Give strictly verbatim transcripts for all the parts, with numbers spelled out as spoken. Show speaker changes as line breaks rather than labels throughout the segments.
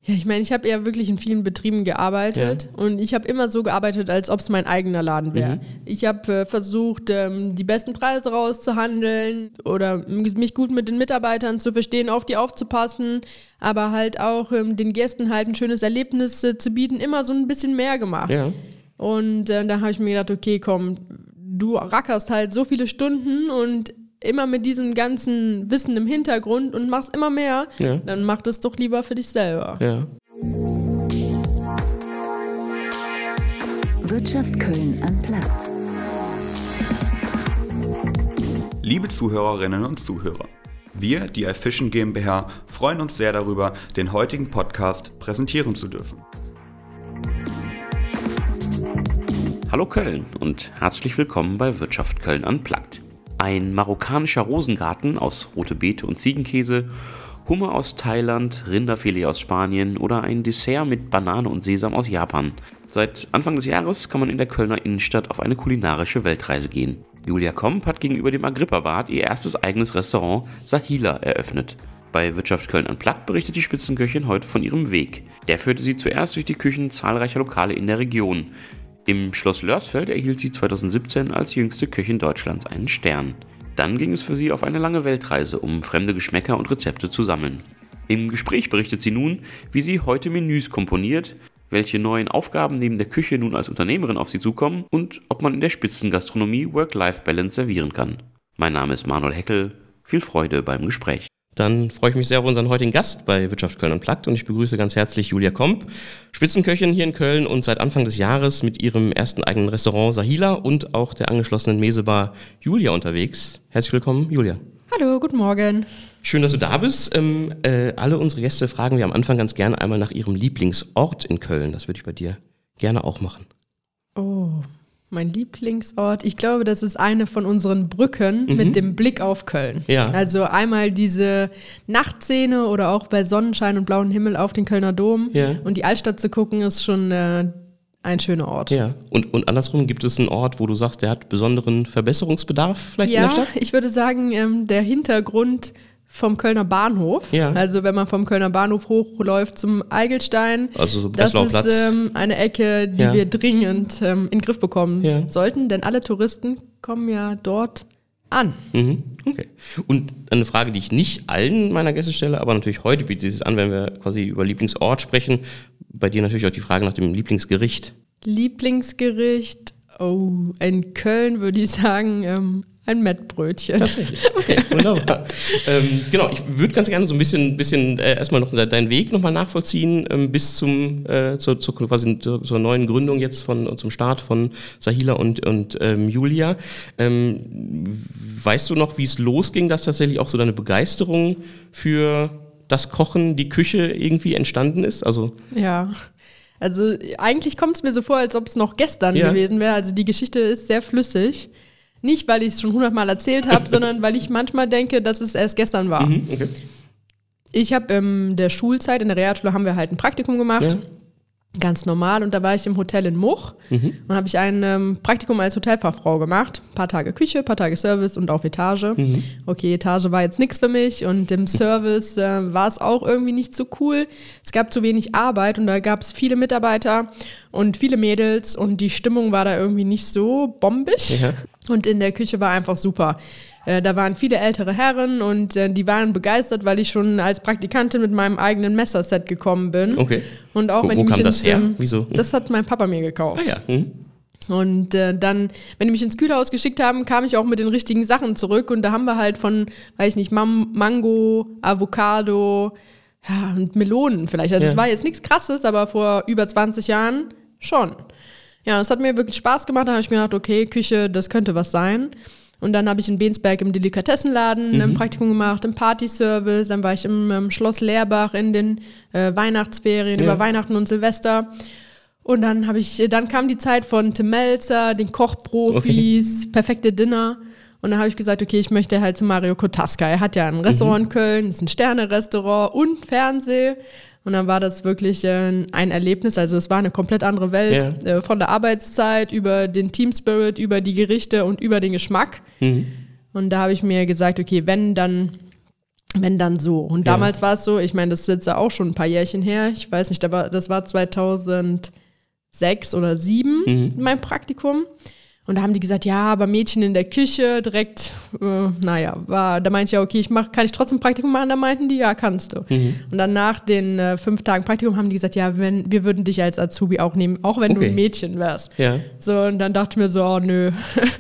Ja, ich meine, ich habe ja wirklich in vielen Betrieben gearbeitet ja. und ich habe immer so gearbeitet, als ob es mein eigener Laden wäre. Mhm. Ich habe äh, versucht, ähm, die besten Preise rauszuhandeln oder mich gut mit den Mitarbeitern zu verstehen, auf die aufzupassen, aber halt auch ähm, den Gästen halt ein schönes Erlebnis äh, zu bieten, immer so ein bisschen mehr gemacht. Ja. Und äh, da habe ich mir gedacht, okay, komm, du rackerst halt so viele Stunden und immer mit diesem ganzen Wissen im Hintergrund und machst immer mehr, ja. dann mach das doch lieber für dich selber.
Ja.
Wirtschaft Köln am Platz.
Liebe Zuhörerinnen und Zuhörer, wir, die iFishing GmbH, freuen uns sehr darüber, den heutigen Podcast präsentieren zu dürfen.
Hallo Köln und herzlich willkommen bei Wirtschaft Köln Unplugged. Ein marokkanischer Rosengarten aus rote Beete und Ziegenkäse, Hummer aus Thailand, Rinderfilet aus Spanien oder ein Dessert mit Banane und Sesam aus Japan. Seit Anfang des Jahres kann man in der Kölner Innenstadt auf eine kulinarische Weltreise gehen. Julia Komp hat gegenüber dem Agrippa-Bad ihr erstes eigenes Restaurant Sahila eröffnet. Bei Wirtschaft Köln Unplugged berichtet die Spitzenköchin heute von ihrem Weg. Der führte sie zuerst durch die Küchen zahlreicher Lokale in der Region. Im Schloss Lörsfeld erhielt sie zweitausendsiebzehn als jüngste Köchin Deutschlands einen Stern. Dann ging es für sie auf eine lange Weltreise, um fremde Geschmäcker und Rezepte zu sammeln. Im Gespräch berichtet sie nun, wie sie heute Menüs komponiert, welche neuen Aufgaben neben der Küche nun als Unternehmerin auf sie zukommen und ob man in der Spitzengastronomie Work-Life-Balance servieren kann. Mein Name ist Manuel Heckel, viel Freude beim Gespräch. Dann freue ich mich sehr auf unseren heutigen Gast bei Wirtschaft Köln Unplugged und ich begrüße ganz herzlich Julia Komp, Spitzenköchin hier in Köln und seit Anfang des Jahres mit ihrem ersten eigenen Restaurant Sahila und auch der angeschlossenen Mesebar Julia unterwegs. Herzlich willkommen, Julia.
Hallo, guten Morgen.
Schön, dass du da bist. Ähm, äh, alle unsere Gäste fragen wir am Anfang ganz gerne einmal nach ihrem Lieblingsort in Köln. Das würde ich bei dir gerne auch machen.
Oh, mein Lieblingsort, ich glaube, das ist eine von unseren Brücken mhm. mit dem Blick auf Köln. Ja. Also einmal diese Nachtszene oder auch bei Sonnenschein und blauem Himmel auf den Kölner Dom ja. und die Altstadt zu gucken, ist schon äh, ein schöner Ort.
Ja. Und, und andersrum, gibt es einen Ort, wo du sagst, der hat besonderen Verbesserungsbedarf vielleicht
ja,
in der Stadt?
Ja, ich würde sagen, ähm, der Hintergrund vom Kölner Bahnhof. Ja. Also wenn man vom Kölner Bahnhof hochläuft zum Eigelstein, also so das ist ähm, eine Ecke, die ja. wir dringend ähm, in den Griff bekommen ja. sollten, denn alle Touristen kommen ja dort an.
Mhm. Okay. Und eine Frage, die ich nicht allen meiner Gäste stelle, aber natürlich heute bietet sie es an, wenn wir quasi über Lieblingsort sprechen. Bei dir natürlich auch die Frage nach dem Lieblingsgericht.
Lieblingsgericht, oh, in Köln würde ich sagen, ähm, ein Mettbrötchen.
Tatsächlich. Okay, wunderbar. ähm, genau, ich würde ganz gerne so ein bisschen, bisschen äh, erstmal noch deinen Weg nochmal nachvollziehen, ähm, bis zum äh, zur, zur, quasi zur, zur neuen Gründung jetzt von zum Start von Sahila und, und ähm, Julia. Ähm, weißt du noch, wie es losging, dass tatsächlich auch so deine Begeisterung für das Kochen, die Küche irgendwie entstanden ist? Also
ja. Also eigentlich kommt es mir so vor, als ob es noch gestern ja. gewesen wäre. Also die Geschichte ist sehr flüssig. Nicht, weil ich es schon hundertmal erzählt habe, sondern weil ich manchmal denke, dass es erst gestern war. Mhm, okay. Ich habe in der Schulzeit, in der Realschule, haben wir halt ein Praktikum gemacht. Ja. Ganz normal. Und da war ich im Hotel in Much. Mhm. Und habe ich ein ähm, Praktikum als Hotelfachfrau gemacht. Ein paar Tage Küche, ein paar Tage Service und auf Etage. Mhm. Okay, Etage war jetzt nichts für mich. Und im Service äh, war es auch irgendwie nicht so cool. Es gab zu wenig Arbeit und da gab es viele Mitarbeiter und viele Mädels. Und die Stimmung war da irgendwie nicht so bombig. Ja. Und in der Küche war einfach super. Äh, da waren viele ältere Herren und äh, die waren begeistert, weil ich schon als Praktikantin mit meinem eigenen Messerset gekommen bin.
Okay.
Und auch
wo,
wenn
wo
ich mich
kam
ins,
das her?
Ähm,
Wieso?
Das hat mein Papa mir gekauft.
Ah, ja. Mhm.
Und äh, dann, wenn die mich ins Kühlhaus geschickt haben, kam ich auch mit den richtigen Sachen zurück. Und da haben wir halt von, weiß ich nicht, Mam- Mango, Avocado, ja, und Melonen vielleicht. Also es ja. war jetzt nichts Krasses, aber vor über zwanzig Jahren schon. Ja, das hat mir wirklich Spaß gemacht. Da habe ich mir gedacht, okay, Küche, das könnte was sein. Und dann habe ich in Bensberg im Delikatessenladen mhm. ein Praktikum gemacht, im Partyservice. Dann war ich im, im Schloss Leerbach in den äh, Weihnachtsferien, ja. über Weihnachten und Silvester. Und dann habe ich, dann kam die Zeit von Tim Melzer, den Kochprofis, okay. perfekte Dinner. Und dann habe ich gesagt, okay, ich möchte halt zu Mario Kotaska. Er hat ja ein Restaurant mhm. in Köln, das ist ein Sterne-Restaurant und Fernseh. Und dann war das wirklich äh, ein Erlebnis, also es war eine komplett andere Welt, ja. äh, von der Arbeitszeit über den Team Spirit, über die Gerichte und über den Geschmack. Mhm. Und da habe ich mir gesagt, okay, wenn, dann Wenn dann so. Und
Ja.
damals war es so, ich meine, das ist jetzt ja auch schon ein paar Jährchen her, ich weiß nicht, aber das war zweitausendsechs oder zweitausendsieben
Mhm.
mein Praktikum. Und da haben die gesagt, ja, aber Mädchen in der Küche direkt, äh, naja, war, da meinte ich ja, okay, ich mach, kann ich trotzdem Praktikum machen? Da meinten die, ja, kannst du.
Mhm.
Und dann nach den äh, fünf Tagen Praktikum haben die gesagt, ja, wenn, wir würden dich als Azubi auch nehmen, auch wenn
Okay.
du ein Mädchen wärst.
Ja.
So, und dann dachte ich mir so, oh nö.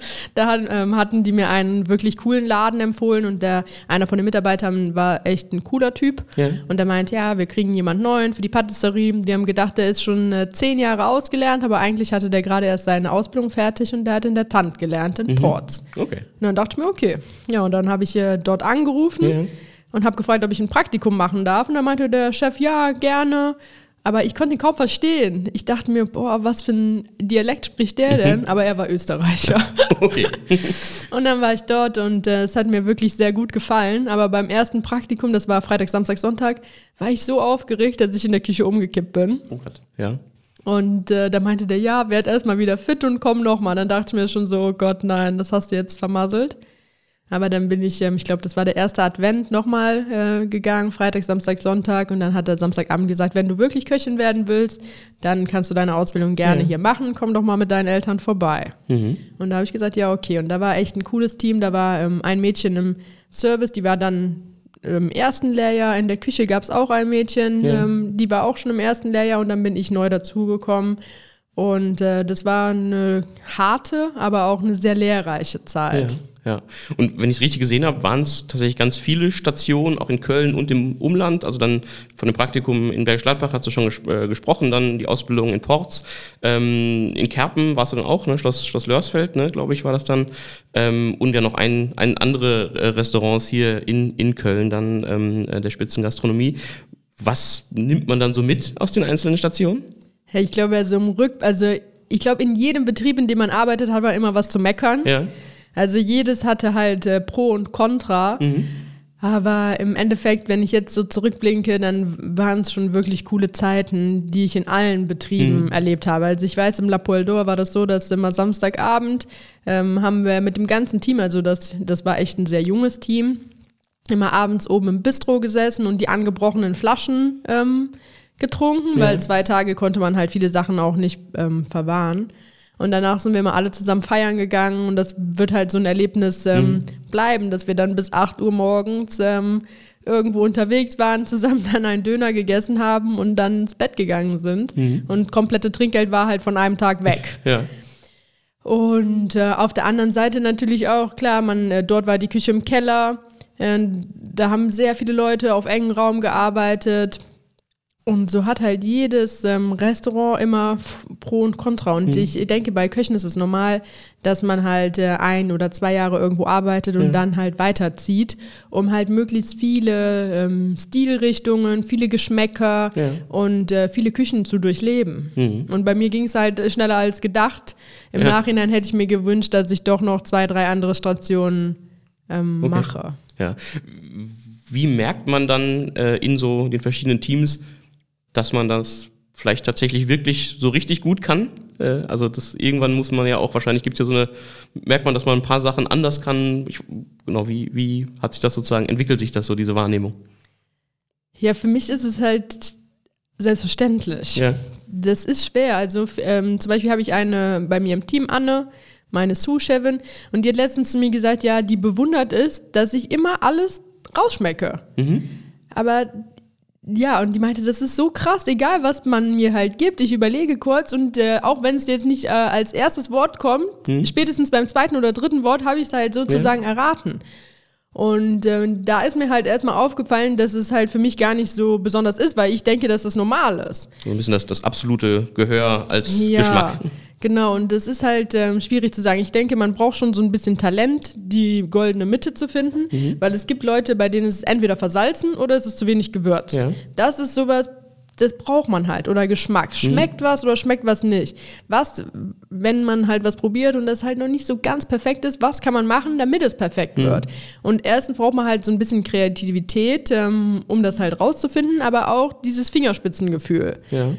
Da hat, ähm, hatten die mir einen wirklich coolen Laden empfohlen und der, einer von den Mitarbeitern war echt ein cooler Typ.
Ja.
Und der meint, ja, wir kriegen jemand Neuen für die Patisserie. Die haben gedacht, der ist schon äh, zehn Jahre ausgelernt, aber eigentlich hatte der gerade erst seine Ausbildung fertig und der hat in der Tant gelernt, in Ports.
Okay.
Und dann dachte ich mir, okay. Ja, und dann habe ich äh, dort angerufen
Ja.
und habe gefragt, ob ich ein Praktikum machen darf. Und dann meinte der Chef, ja, gerne. Aber ich konnte ihn kaum verstehen. Ich dachte mir, boah, was für ein Dialekt spricht der denn? Aber er war Österreicher.
Okay.
Und dann war ich dort und äh, es hat mir wirklich sehr gut gefallen. Aber beim ersten Praktikum, das war Freitag, Samstag, Sonntag, war ich so aufgeregt, dass ich in der Küche umgekippt bin.
Oh Gott. Ja.
Und äh, da meinte der, ja, werd erstmal wieder fit und komm nochmal. Dann dachte ich mir schon so, oh Gott, nein, das hast du jetzt vermasselt. Aber dann bin ich, ähm, ich glaube, das war der erste Advent, nochmal äh, gegangen, Freitag, Samstag, Sonntag. Und dann hat er Samstagabend gesagt, wenn du wirklich Köchin werden willst, dann kannst du deine Ausbildung gerne
Ja.
hier machen. Komm doch mal mit deinen Eltern vorbei.
Mhm.
Und da habe ich gesagt, ja, okay. Und da war echt ein cooles Team. Da war ähm, ein Mädchen im Service, die war dann im ersten Lehrjahr. In der Küche gab es auch ein Mädchen,
Ja.
ähm, die war auch schon im ersten Lehrjahr und dann bin ich neu dazugekommen. Und äh, das war eine harte, aber auch eine sehr lehrreiche Zeit.
Ja. Ja. Und wenn ich es richtig gesehen habe, waren es tatsächlich ganz viele Stationen, auch in Köln und im Umland. Also dann von dem Praktikum in Bergisch Gladbach hast du schon ges äh, gesprochen, dann die Ausbildung in Ports. Ähm, in Kerpen warst du dann auch, ne? Schloss, Schloss Lörsfeld, ne? glaube ich, war das dann. Ähm, und ja noch ein, ein andere äh, Restaurants hier in, in Köln, dann ähm, äh, der Spitzengastronomie. Was nimmt man dann so mit aus den einzelnen Stationen?
Ja, ich glaube, also im Rück, also ich glaube, in jedem Betrieb, in dem man arbeitet, hat man immer was zu meckern.
Ja.
Also jedes hatte halt äh, Pro und Contra.
Mhm.
Aber im Endeffekt, wenn ich jetzt so zurückblinke, dann waren es schon wirklich coole Zeiten, die ich in allen Betrieben
Mhm.
erlebt habe. Also ich weiß, im La Poule d'Or war das so, dass immer Samstagabend ähm, haben wir mit dem ganzen Team, also das, das war echt ein sehr junges Team, immer abends oben im Bistro gesessen und die angebrochenen Flaschen ähm, getrunken,
Ja.
weil zwei Tage konnte man halt viele Sachen auch nicht ähm, verwahren. Und danach sind wir mal alle zusammen feiern gegangen und das wird halt so ein Erlebnis ähm,
Mhm.
bleiben, dass wir dann bis acht Uhr morgens ähm, irgendwo unterwegs waren, zusammen dann einen Döner gegessen haben und dann ins Bett gegangen sind.
Mhm.
Und komplette Trinkgeld war halt von einem Tag weg.
Ja.
Und äh, auf der anderen Seite natürlich auch, klar, man, äh, dort war die Küche im Keller, äh, da haben sehr viele Leute auf engem Raum gearbeitet. Und so hat halt jedes ähm, Restaurant immer F- Pro und Contra. Und
Mhm.
ich denke, bei Köchen ist es normal, dass man halt äh, ein oder zwei Jahre irgendwo arbeitet und
Ja.
dann halt weiterzieht, um halt möglichst viele ähm, Stilrichtungen, viele Geschmäcker
Ja.
und äh, viele Küchen zu durchleben.
Mhm.
Und bei mir ging es halt äh, schneller als gedacht. Im
Ja.
Nachhinein hätte ich mir gewünscht, dass ich doch noch zwei, drei andere Stationen ähm,
Okay.
mache.
Ja. Wie merkt man dann äh, in so den verschiedenen Teams, dass man das vielleicht tatsächlich wirklich so richtig gut kann? Äh, also das irgendwann muss man ja auch, wahrscheinlich gibt es ja so eine, merkt man, dass man ein paar Sachen anders kann. Ich, genau, wie, wie hat sich das sozusagen, entwickelt sich das so, diese Wahrnehmung?
Ja, für mich ist es halt selbstverständlich.
Ja.
Das ist schwer. Also f- ähm, zum Beispiel habe ich eine bei mir im Team, Anne, meine Sous-Chefin, und die hat letztens zu mir gesagt, ja, die bewundert ist, dass ich immer alles rausschmecke.
Mhm.
Aber ja, und die meinte, das ist so krass, egal was man mir halt gibt, ich überlege kurz und äh, auch wenn es jetzt nicht äh, als erstes Wort kommt,
Mhm.
spätestens beim zweiten oder dritten Wort habe ich es halt sozusagen erraten. Und äh, da ist mir halt erstmal aufgefallen, dass es halt für mich gar nicht so besonders ist, weil ich denke, dass das normal ist.
So ein bisschen das, das absolute Gehör als
Ja,
Geschmack.
genau. Und das ist halt ähm, schwierig zu sagen. Ich denke, man braucht schon so ein bisschen Talent, die goldene Mitte zu finden,
Mhm.
weil es gibt Leute, bei denen ist es entweder versalzen oder es ist zu wenig gewürzt.
Ja.
Das ist sowas, das braucht man halt. Oder Geschmack. Schmeckt was oder schmeckt was nicht? Was, wenn man halt was probiert und das halt noch nicht so ganz perfekt ist, was kann man machen, damit es perfekt wird? Und erstens braucht man halt so ein bisschen Kreativität, ähm, um das halt rauszufinden, aber auch dieses Fingerspitzengefühl.
Ja.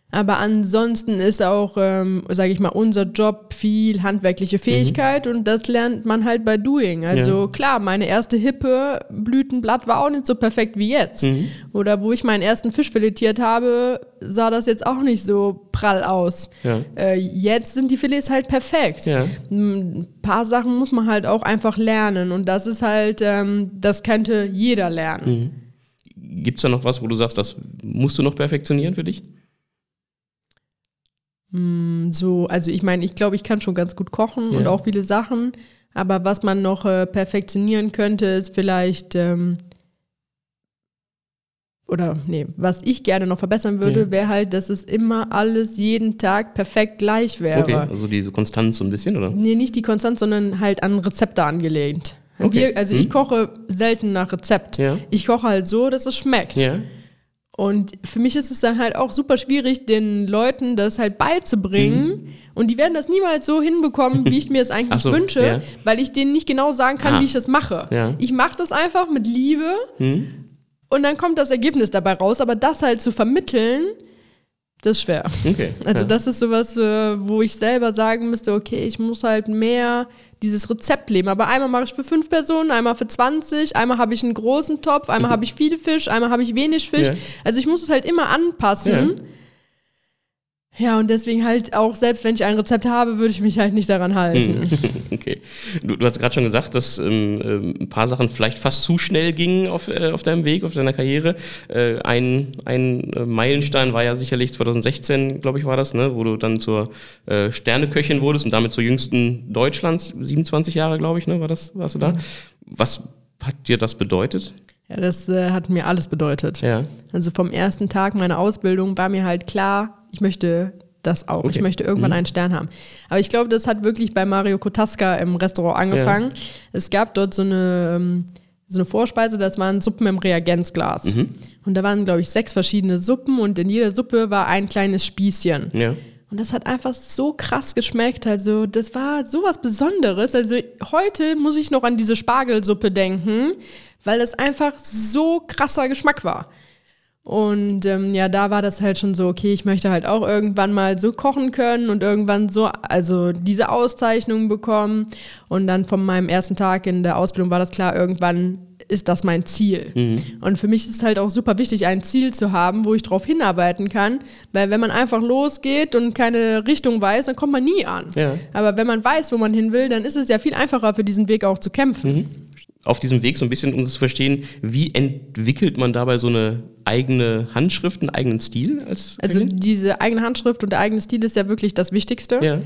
Aber ansonsten ist auch, ähm, sage ich mal, unser Job viel handwerkliche Fähigkeit mhm. und das lernt man halt bei Doing. Also ja. klar, meine erste Hippe Blütenblatt war auch nicht so perfekt wie jetzt. Mhm. Oder wo ich meinen ersten Fisch filetiert habe, sah das jetzt auch nicht so prall aus. Ja. Äh, jetzt sind die Filets halt perfekt. Ja. Ein paar Sachen muss man halt auch einfach lernen und das ist halt, ähm, das könnte jeder lernen.
Mhm. Gibt es da noch was, wo du sagst, das musst du noch perfektionieren für dich?
So, also ich meine, ich glaube, ich kann schon ganz gut kochen ja. und auch viele Sachen, aber was man noch äh, perfektionieren könnte, ist vielleicht, ähm, oder nee, was ich gerne noch verbessern würde, ja. wäre halt, dass es immer alles jeden Tag perfekt gleich wäre.
Okay, also diese Konstanz so ein bisschen, oder?
Nee, nicht die Konstanz, sondern halt an Rezepte angelehnt. Okay. Wir, also hm. ich koche selten nach Rezept. Ja. Ich koche halt so, dass es schmeckt. Ja. Und für mich ist es dann halt auch super schwierig, den Leuten das halt beizubringen. Mhm. Und die werden das niemals so hinbekommen, wie ich mir es eigentlich so, wünsche, ja. weil ich denen nicht genau sagen kann, ah. wie ich das mache. Ja. Ich mache das einfach mit Liebe mhm. und dann kommt das Ergebnis dabei raus. Aber das halt zu vermitteln, das ist schwer. Okay. Also ja. das ist sowas, wo ich selber sagen müsste, okay, ich muss halt mehr dieses Rezept leben. Aber einmal mache ich für fünf Personen, einmal für zwanzig, einmal habe ich einen großen Topf, einmal mhm. habe ich viel Fisch, einmal habe ich wenig Fisch. Ja. Also ich muss es halt immer anpassen. Ja. Ja, und deswegen halt auch, selbst wenn ich ein Rezept habe, würde ich mich halt nicht daran halten.
Okay. Du, du hast gerade schon gesagt, dass ähm, ein paar Sachen vielleicht fast zu schnell gingen auf, äh, auf deinem Weg, auf deiner Karriere. Äh, ein ein Meilenstein war ja sicherlich zwanzig sechzehn, glaube ich, war das, ne, wo du dann zur äh, Sterneköchin wurdest und damit zur jüngsten Deutschlands, siebenundzwanzig Jahre, glaube ich, ne, war das, warst du da. Mhm. Was hat dir das bedeutet?
Ja, das äh, hat mir alles bedeutet. Ja. Also vom ersten Tag meiner Ausbildung war mir halt klar, ich möchte das auch. Okay. Ich möchte irgendwann mhm. einen Stern haben. Aber ich glaube, das hat wirklich bei Mario Kotaska im Restaurant angefangen. Ja. Es gab dort so eine, so eine Vorspeise, das waren Suppen im Reagenzglas. Mhm. Und da waren, glaube ich, sechs verschiedene Suppen und in jeder Suppe war ein kleines Spießchen. Ja. Und das hat einfach so krass geschmeckt. Also das war sowas Besonderes. Also heute muss ich noch an diese Spargelsuppe denken, weil es einfach so krasser Geschmack war. Und ähm, ja, da war das halt schon so, okay, ich möchte halt auch irgendwann mal so kochen können und irgendwann so, also diese Auszeichnung bekommen. Und dann von meinem ersten Tag in der Ausbildung war das klar, irgendwann ist das mein Ziel. Mhm. Und für mich ist es halt auch super wichtig, ein Ziel zu haben, wo ich drauf hinarbeiten kann. Weil wenn man einfach losgeht und keine Richtung weiß, dann kommt man nie an. Ja. Aber wenn man weiß, wo man hin will, dann ist es ja viel einfacher, für diesen Weg auch zu kämpfen.
Mhm. Auf diesem Weg so ein bisschen, um zu verstehen, wie entwickelt man dabei so eine eigene Handschrift, einen eigenen Stil? Als
also diese eigene Handschrift und der eigene Stil ist ja wirklich das Wichtigste. Ja.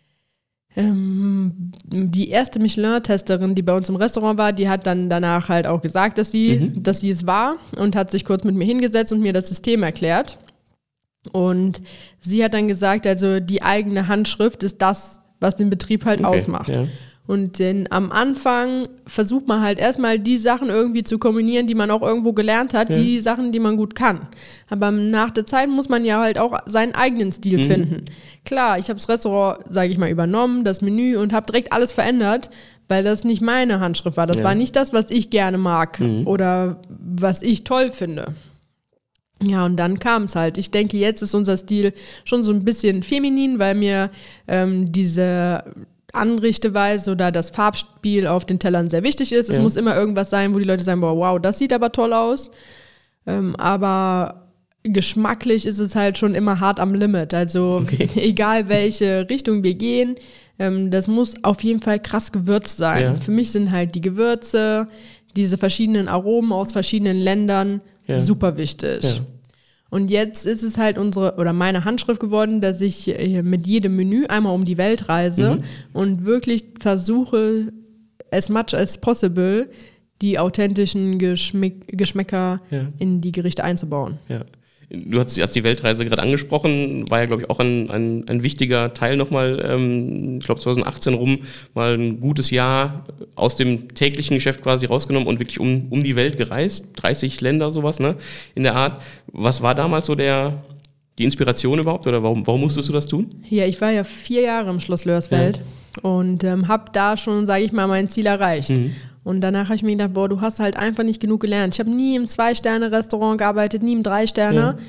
Ähm, die erste Michelin-Testerin, die bei uns im Restaurant war, die hat dann danach halt auch gesagt, dass sie, mhm. dass sie es war und hat sich kurz mit mir hingesetzt und mir das System erklärt. Und sie hat dann gesagt, also die eigene Handschrift ist das, was den Betrieb halt okay. ausmacht. Ja. Und denn am Anfang versucht man halt erstmal die Sachen irgendwie zu kombinieren, die man auch irgendwo gelernt hat, ja. die Sachen, die man gut kann. Aber nach der Zeit muss man ja halt auch seinen eigenen Stil mhm. finden. Klar, ich habe das Restaurant, sage ich mal, übernommen, das Menü und habe direkt alles verändert, weil das nicht meine Handschrift war. Das ja. war nicht das, was ich gerne mag mhm. oder was ich toll finde. Ja, und dann kam es halt. Ich denke, jetzt ist unser Stil schon so ein bisschen feminin, weil mir ähm, diese Anrichteweise oder das Farbspiel auf den Tellern sehr wichtig ist. Es ja. muss immer irgendwas sein, wo die Leute sagen, boah, wow, das sieht aber toll aus. Ähm, aber geschmacklich ist es halt schon immer hart am Limit. Also okay. egal, welche Richtung wir gehen, ähm, das muss auf jeden Fall krass gewürzt sein. Ja. Für mich sind halt die Gewürze, diese verschiedenen Aromen aus verschiedenen Ländern ja. super wichtig. Ja. Und jetzt ist es halt unsere oder meine Handschrift geworden, dass ich mit jedem Menü einmal um die Welt reise mhm. und wirklich versuche, as much as possible, die authentischen Geschmack- Geschmäcker ja. in die Gerichte einzubauen.
Ja. Du hast, hast die Weltreise gerade angesprochen, war ja, glaube ich, auch ein, ein, ein wichtiger Teil nochmal, ähm, ich glaube zwanzig achtzehn rum, mal ein gutes Jahr aus dem täglichen Geschäft quasi rausgenommen und wirklich um, um die Welt gereist, dreißig Länder, sowas, ne, in der Art. Was war damals so der, die Inspiration überhaupt oder warum, warum musstest du das tun?
Ja, ich war ja vier Jahre im Schloss Lörsfeld ja. und ähm, habe da schon, sage ich mal, mein Ziel erreicht. Mhm. Und danach habe ich mir gedacht, boah, du hast halt einfach nicht genug gelernt. Ich habe nie im Zwei-Sterne-Restaurant gearbeitet, nie im Drei-Sterne. Ja.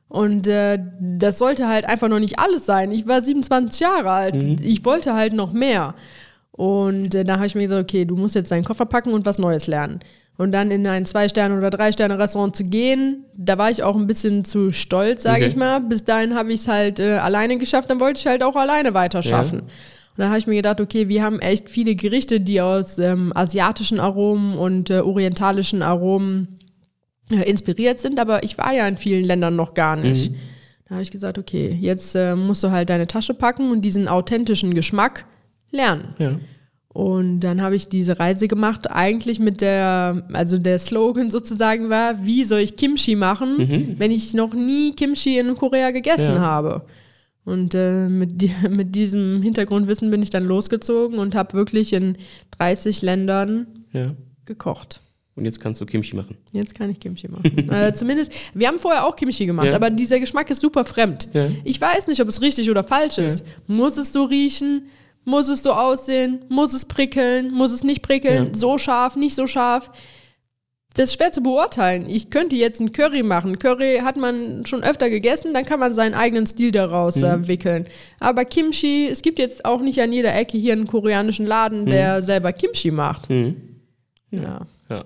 Und äh, das sollte halt einfach noch nicht alles sein. Ich war siebenundzwanzig Jahre alt. Mhm. Ich wollte halt noch mehr. Und äh, da habe ich mir gesagt, okay, du musst jetzt deinen Koffer packen und was Neues lernen. Und dann in ein Zwei-Sterne- oder Drei-Sterne-Restaurant zu gehen, da war ich auch ein bisschen zu stolz, sage okay. ich mal. Bis dahin habe ich es halt äh, alleine geschafft, dann wollte ich halt auch alleine weiter schaffen. Ja. Und dann habe ich mir gedacht, okay, wir haben echt viele Gerichte, die aus ähm, asiatischen Aromen und äh, orientalischen Aromen äh, inspiriert sind, aber ich war ja in vielen Ländern noch gar nicht. Mhm. Da habe ich gesagt, okay, jetzt äh, musst du halt deine Tasche packen und diesen authentischen Geschmack lernen. Ja. Und dann habe ich diese Reise gemacht, eigentlich mit der, also der Slogan sozusagen war, wie soll ich Kimchi machen, mhm. wenn ich noch nie Kimchi in Korea gegessen ja. habe. Und äh, mit, die, mit diesem Hintergrundwissen bin ich dann losgezogen und habe wirklich in dreißig Ländern ja. gekocht.
Und jetzt kannst du Kimchi machen.
Jetzt kann ich Kimchi machen. äh, zumindest, wir haben vorher auch Kimchi gemacht, ja. aber dieser Geschmack ist super fremd. Ja. Ich weiß nicht, ob es richtig oder falsch ist. Ja. Muss es so riechen? Muss es so aussehen? Muss es prickeln? Muss es nicht prickeln? Ja. So scharf, nicht so scharf? Das ist schwer zu beurteilen. Ich könnte jetzt einen Curry machen. Curry hat man schon öfter gegessen, dann kann man seinen eigenen Stil daraus mhm. entwickeln. Aber Kimchi, es gibt jetzt auch nicht an jeder Ecke hier einen koreanischen Laden, der mhm. selber Kimchi macht.
Mhm. Ja. ja.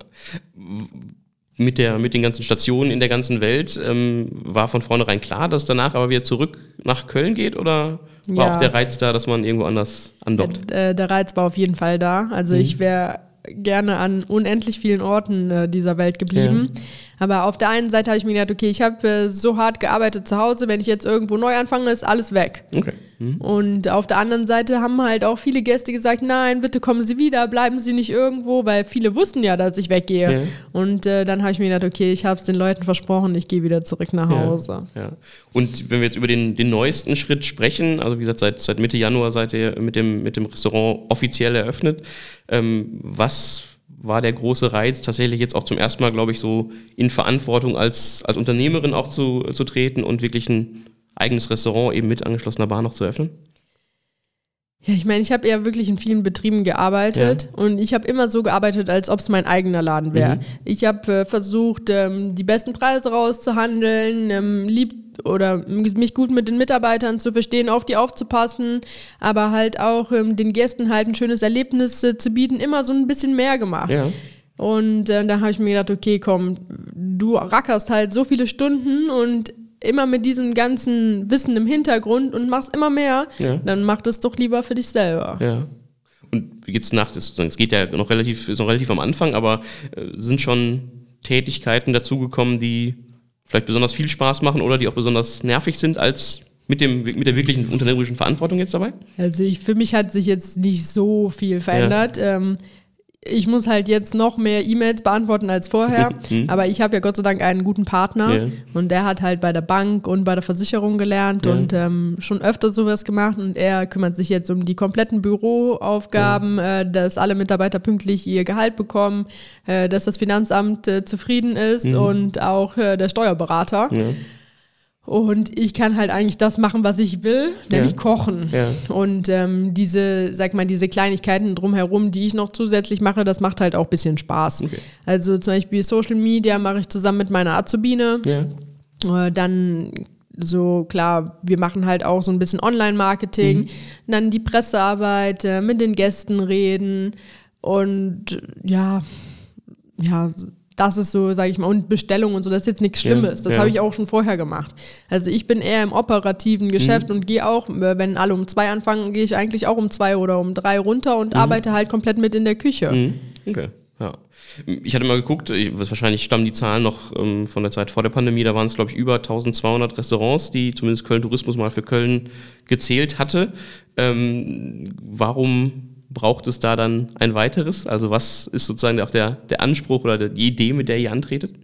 Mit, der, mit den ganzen Stationen in der ganzen Welt ähm, war von vornherein klar, dass danach aber wieder zurück nach Köln geht, oder war ja. auch der Reiz da, dass man irgendwo anders andockt?
Der, der Reiz war auf jeden Fall da. Also mhm. ich wäre gerne an unendlich vielen Orten äh, dieser Welt geblieben. Ja. Aber auf der einen Seite habe ich mir gedacht, okay, ich habe äh, so hart gearbeitet zu Hause, wenn ich jetzt irgendwo neu anfange, ist alles weg. Okay. Mhm. Und auf der anderen Seite haben halt auch viele Gäste gesagt, nein, bitte kommen Sie wieder, bleiben Sie nicht irgendwo, weil viele wussten ja, dass ich weggehe. Ja. Und äh, dann habe ich mir gedacht, okay, ich habe es den Leuten versprochen, ich gehe wieder zurück nach Hause.
Ja. Ja. Und wenn wir jetzt über den, den neuesten Schritt sprechen, also wie gesagt, seit, seit Mitte Januar seid ihr mit dem, mit dem Restaurant offiziell eröffnet, ähm, was war der große Reiz, tatsächlich jetzt auch zum ersten Mal, glaube ich, so in Verantwortung als, als Unternehmerin auch zu, zu treten und wirklich ein eigenes Restaurant eben mit angeschlossener Bar noch zu öffnen?
Ja, ich meine, ich habe ja wirklich in vielen Betrieben gearbeitet ja. und ich habe immer so gearbeitet, als ob es mein eigener Laden wäre. Mhm. Ich habe äh, versucht, ähm, die besten Preise rauszuhandeln, ähm, lieb oder mich gut mit den Mitarbeitern zu verstehen, auf die aufzupassen, aber halt auch ähm, den Gästen halt ein schönes Erlebnis äh, zu bieten, immer so ein bisschen mehr gemacht. Ja. Und äh, da habe ich mir gedacht, okay, komm, du rackerst halt so viele Stunden und immer mit diesem ganzen Wissen im Hintergrund und machst immer mehr, ja. dann mach das doch lieber für dich selber.
Ja. Und jetzt nach, es geht ja noch relativ, ist noch relativ am Anfang, aber äh, sind schon Tätigkeiten dazugekommen, die vielleicht besonders viel Spaß machen oder die auch besonders nervig sind als mit dem mit der wirklichen unternehmerischen Verantwortung jetzt dabei?
Also ich, für mich hat sich jetzt nicht so viel verändert. Ja. Ähm, ich muss halt jetzt noch mehr E-Mails beantworten als vorher, mhm. aber ich habe ja Gott sei Dank einen guten Partner ja. und der hat halt bei der Bank und bei der Versicherung gelernt ja. und ähm, schon öfter sowas gemacht und er kümmert sich jetzt um die kompletten Büroaufgaben, ja. äh, dass alle Mitarbeiter pünktlich ihr Gehalt bekommen, äh, dass das Finanzamt äh, zufrieden ist mhm. und auch äh, der Steuerberater. Ja. Und ich kann halt eigentlich das machen, was ich will, nämlich ja. kochen. Ja. Und ähm, diese, sag mal, diese Kleinigkeiten drumherum, die ich noch zusätzlich mache, das macht halt auch ein bisschen Spaß. Okay. Also zum Beispiel Social Media mache ich zusammen mit meiner Azubine. Ja. Äh, dann so, klar, wir machen halt auch so ein bisschen Online-Marketing. Mhm. Dann die Pressearbeit, äh, mit den Gästen reden und ja, ja, das ist so, sage ich mal, und Bestellung und so, das ist jetzt nichts Schlimmes. Ja, das ja. habe ich auch schon vorher gemacht. Also ich bin eher im operativen Geschäft mhm. und gehe auch, wenn alle um zwei anfangen, gehe ich eigentlich auch um zwei oder um drei runter und mhm. arbeite halt komplett mit in der Küche.
Mhm. Okay, ja. Ich hatte mal geguckt, wahrscheinlich stammen die Zahlen noch ähm, von der Zeit vor der Pandemie, da waren es, glaube ich, über eintausendzweihundert Restaurants, die zumindest Köln Tourismus mal für Köln gezählt hatte. Ähm, warum braucht es da dann ein weiteres? Also was ist sozusagen auch der, der Anspruch oder die Idee, mit der ihr antretet?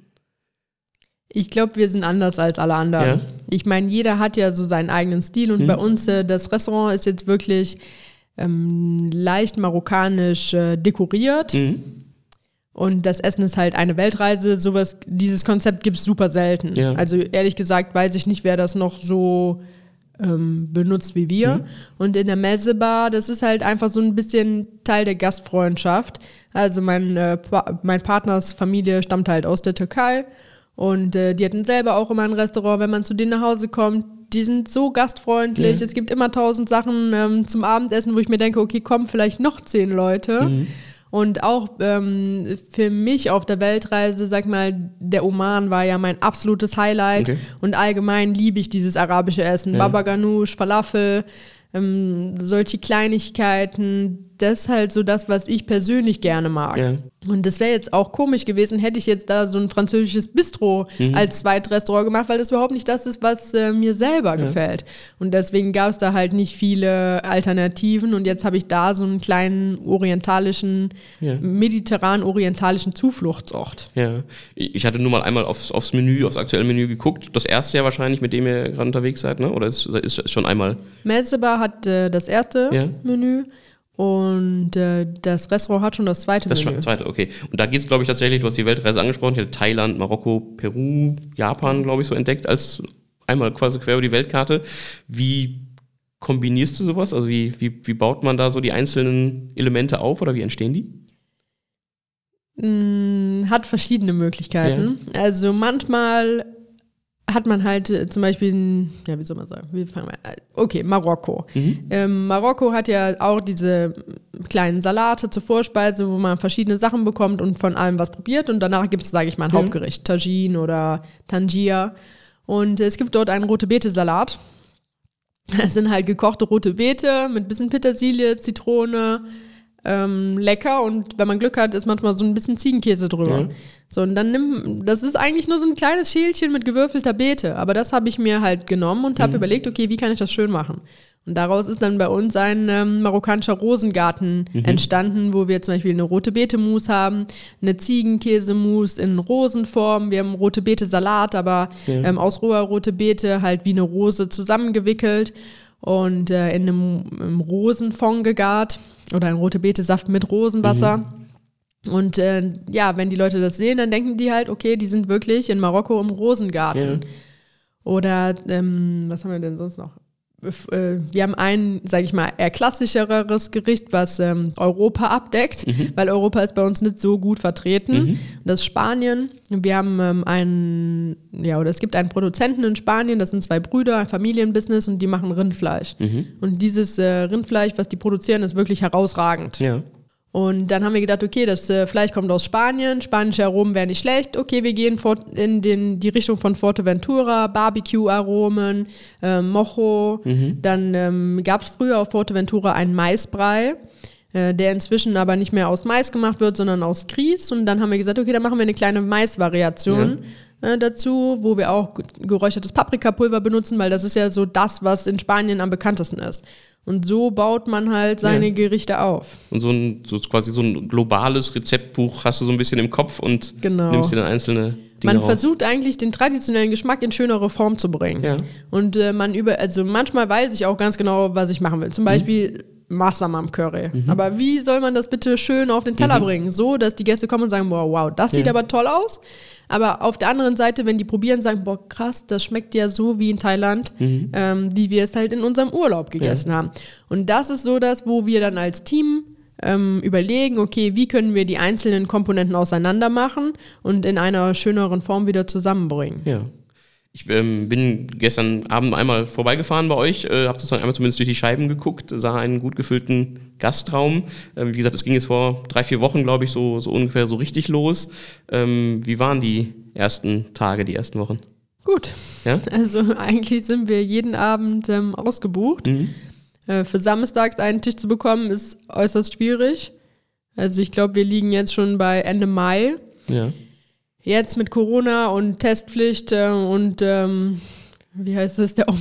Ich glaube, wir sind anders als alle anderen. Ja. Ich meine, jeder hat ja so seinen eigenen Stil und mhm. bei uns, äh, das Restaurant ist jetzt wirklich ähm, leicht marokkanisch äh, dekoriert. Mhm. Und das Essen ist halt eine Weltreise. Sowas, dieses Konzept gibt es super selten. Ja. Also ehrlich gesagt weiß ich nicht, wer das noch so ähm, benutzt wie wir. Mhm. Und in der Messebar, das ist halt einfach so ein bisschen Teil der Gastfreundschaft. Also mein, äh, pa- mein Partners Familie stammt halt aus der Türkei. Und äh, die hatten selber auch immer ein Restaurant, wenn man zu denen nach Hause kommt. Die sind so gastfreundlich.
Ja.
Es gibt immer tausend Sachen ähm, zum Abendessen, wo ich mir denke, okay, kommen vielleicht noch zehn Leute. Mhm. Und auch ähm, für mich auf der Weltreise, sag mal, der Oman war ja mein absolutes Highlight. Okay. Und allgemein liebe ich dieses arabische Essen. Ja. Baba Ganoush, Falafel, ähm, solche Kleinigkeiten. Das ist halt so das, was ich persönlich gerne mag. Ja. Und das wäre jetzt auch komisch gewesen, hätte ich jetzt da so ein französisches Bistro mhm. als Zweitrestaurant gemacht, weil das überhaupt nicht das ist, was äh, mir selber ja. gefällt. Und deswegen gab es da halt nicht viele Alternativen. Und jetzt habe ich da so einen kleinen orientalischen, ja. mediterran-orientalischen Zufluchtsort.
Ja, ich hatte nur mal einmal aufs, aufs Menü, aufs aktuelle Menü geguckt. Das erste ja wahrscheinlich, mit dem ihr gerade unterwegs seid, ne? Oder ist, ist, ist schon einmal?
Mezeba hat äh, das erste ja. Menü. Und äh, das Restaurant hat schon das zweite
das
Menü.
Das zweite, okay. Und da geht es, glaube ich, tatsächlich, du hast die Weltreise angesprochen, ich hatte Thailand, Marokko, Peru, Japan, glaube ich, so entdeckt, als einmal quasi quer über die Weltkarte. Wie kombinierst du sowas? Also wie, wie, wie baut man da so die einzelnen Elemente auf oder wie entstehen die?
Mm, hat verschiedene Möglichkeiten. Ja. Also manchmal hat man halt äh, zum Beispiel, ein, ja, wie soll man sagen, wie fangen wir an? Okay, Marokko. Mhm. Ähm, Marokko hat ja auch diese kleinen Salate zur Vorspeise, wo man verschiedene Sachen bekommt und von allem was probiert und danach gibt es, sage ich mal, ein mhm. Hauptgericht, Tagine oder Tangier und äh, es gibt dort einen Rote-Beete-Salat. Es sind halt gekochte rote Beete mit ein bisschen Petersilie, Zitrone, Ähm, lecker und wenn man Glück hat, ist manchmal so ein bisschen Ziegenkäse drüber. Ja. So, und dann nimm, das ist eigentlich nur so ein kleines Schälchen mit gewürfelter Beete, aber das habe ich mir halt genommen und habe mhm. überlegt, okay, wie kann ich das schön machen? Und daraus ist dann bei uns ein ähm, marokkanischer Rosengarten mhm. entstanden, wo wir zum Beispiel eine rote Beete-Mousse haben, eine Ziegenkäse-Mousse in Rosenform, wir haben rote Beete-Salat, aber ja. ähm, aus roher rote Beete halt wie eine Rose zusammengewickelt und äh, in einem, einem Rosenfond gegart. Oder ein rote Beete-Saft mit Rosenwasser. Mhm. Und äh, ja, wenn die Leute das sehen, dann denken die halt, okay, die sind wirklich in Marokko im Rosengarten. Ja. Oder, ähm, was haben wir denn sonst noch? Wir haben ein, sage ich mal, eher klassischeres Gericht, was ähm, Europa abdeckt, mhm. weil Europa ist bei uns nicht so gut vertreten. Mhm. Das ist Spanien. Wir haben ähm, einen, ja, oder es gibt einen Produzenten in Spanien, das sind zwei Brüder, ein Familienbusiness und die machen Rindfleisch. Mhm. Und dieses äh, Rindfleisch, was die produzieren, ist wirklich herausragend. Ja. Und dann haben wir gedacht, okay, das äh, Fleisch kommt aus Spanien, spanische Aromen wären nicht schlecht. Okay, wir gehen fort in den, die Richtung von Fuerteventura, Barbecue-Aromen, äh, Mojo. Mhm. Dann ähm, gab es früher auf Fuerteventura einen Maisbrei, äh, der inzwischen aber nicht mehr aus Mais gemacht wird, sondern aus Grieß. Und dann haben wir gesagt, okay, dann machen wir eine kleine Maisvariation. Ja. dazu, wo wir auch geräuchertes Paprikapulver benutzen, weil das ist ja so das, was in Spanien am bekanntesten ist. Und so baut man halt seine ja. Gerichte auf.
Und so ein so quasi so ein globales Rezeptbuch hast du so ein bisschen im Kopf und genau. nimmst dir dann einzelne Dinge
Man
raus.
versucht eigentlich den traditionellen Geschmack in schönere Form zu bringen. Ja. Und äh, man über, also manchmal weiß ich auch ganz genau, was ich machen will. Zum Beispiel mhm. Massamam Curry. Mhm. Aber wie soll man das bitte schön auf den Teller mhm. bringen? So, dass die Gäste kommen und sagen, wow, wow, das sieht ja. aber toll aus. Aber auf der anderen Seite, wenn die probieren, sagen, boah, krass, das schmeckt ja so wie in Thailand, mhm. ähm, wie wir es halt in unserem Urlaub gegessen ja. haben. Und das ist so das, wo wir dann als Team ähm, überlegen, okay, wie können wir die einzelnen Komponenten auseinander machen und in einer schöneren Form wieder zusammenbringen.
Ja. Ich ähm, bin gestern Abend einmal vorbeigefahren bei euch, äh, habe sozusagen einmal zumindest durch die Scheiben geguckt, sah einen gut gefüllten Gastraum. Äh, wie gesagt, es ging jetzt vor drei, vier Wochen, glaube ich, so, so ungefähr so richtig los. Ähm, wie waren die ersten Tage, die ersten Wochen?
Gut. Ja? Also eigentlich sind wir jeden Abend ähm, ausgebucht. Mhm. Äh, für samstags einen Tisch zu bekommen, ist äußerst schwierig. Also ich glaube, wir liegen jetzt schon bei Ende Mai. Ja. Jetzt mit Corona und Testpflicht äh, und ähm, wie heißt es, der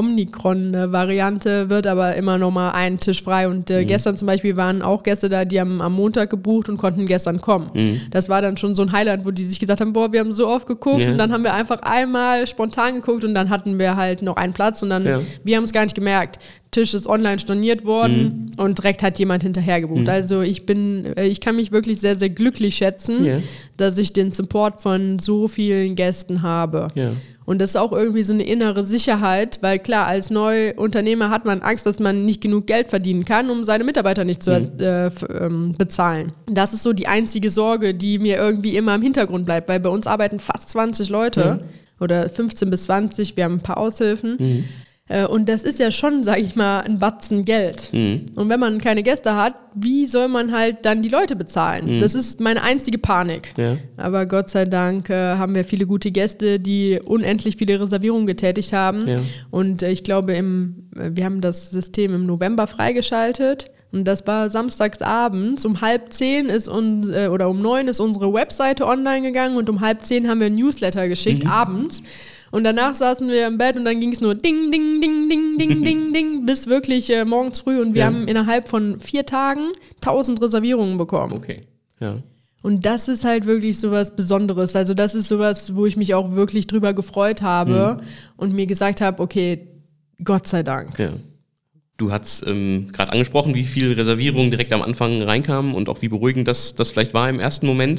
Omikron-Variante wird aber immer noch mal ein Tisch frei. Und äh, mhm. gestern zum Beispiel waren auch Gäste da, die haben am Montag gebucht und konnten gestern kommen. Mhm. Das war dann schon so ein Highlight, wo die sich gesagt haben, boah, wir haben so oft geguckt ja. und dann haben wir einfach einmal spontan geguckt und dann hatten wir halt noch einen Platz und dann, ja. wir haben es gar nicht gemerkt. Tisch ist online storniert worden mhm. und direkt hat jemand hinterher gebucht. Mhm. Also ich bin, ich kann mich wirklich sehr, sehr glücklich schätzen, ja. dass ich den Support von so vielen Gästen habe. Ja. Und das ist auch irgendwie so eine innere Sicherheit, weil klar, als Neuunternehmer hat man Angst, dass man nicht genug Geld verdienen kann, um seine Mitarbeiter nicht zu mhm. äh, f- ähm, bezahlen. Das ist so die einzige Sorge, die mir irgendwie immer im Hintergrund bleibt, weil bei uns arbeiten fast zwanzig Leute mhm. oder fünfzehn bis zwanzig, wir haben ein paar Aushilfen. Mhm. Und das ist ja schon, sag ich mal, ein Batzen Geld. Mhm. Und wenn man keine Gäste hat, wie soll man halt dann die Leute bezahlen? Mhm. Das ist meine einzige Panik. Ja. Aber Gott sei Dank äh, haben wir viele gute Gäste, die unendlich viele Reservierungen getätigt haben. Ja. Und äh, ich glaube, im, wir haben das System im November freigeschaltet. Und das war samstags abends. Um halb zehn ist uns, äh, oder um neun ist unsere Webseite online gegangen und um halb zehn haben wir ein Newsletter geschickt, mhm. abends. Und danach saßen wir im Bett und dann ging es nur ding, ding, ding, ding, ding, ding, ding, bis wirklich äh, morgens früh. Und wir ja. haben innerhalb von vier Tagen tausend Reservierungen bekommen.
Okay, ja.
Und das ist halt wirklich sowas Besonderes. Also das ist sowas, wo ich mich auch wirklich drüber gefreut habe mhm. und mir gesagt habe, okay, Gott sei Dank.
Ja. Du hast ähm, gerade angesprochen, wie viele Reservierungen direkt am Anfang reinkamen und auch wie beruhigend das, das vielleicht war im ersten Moment.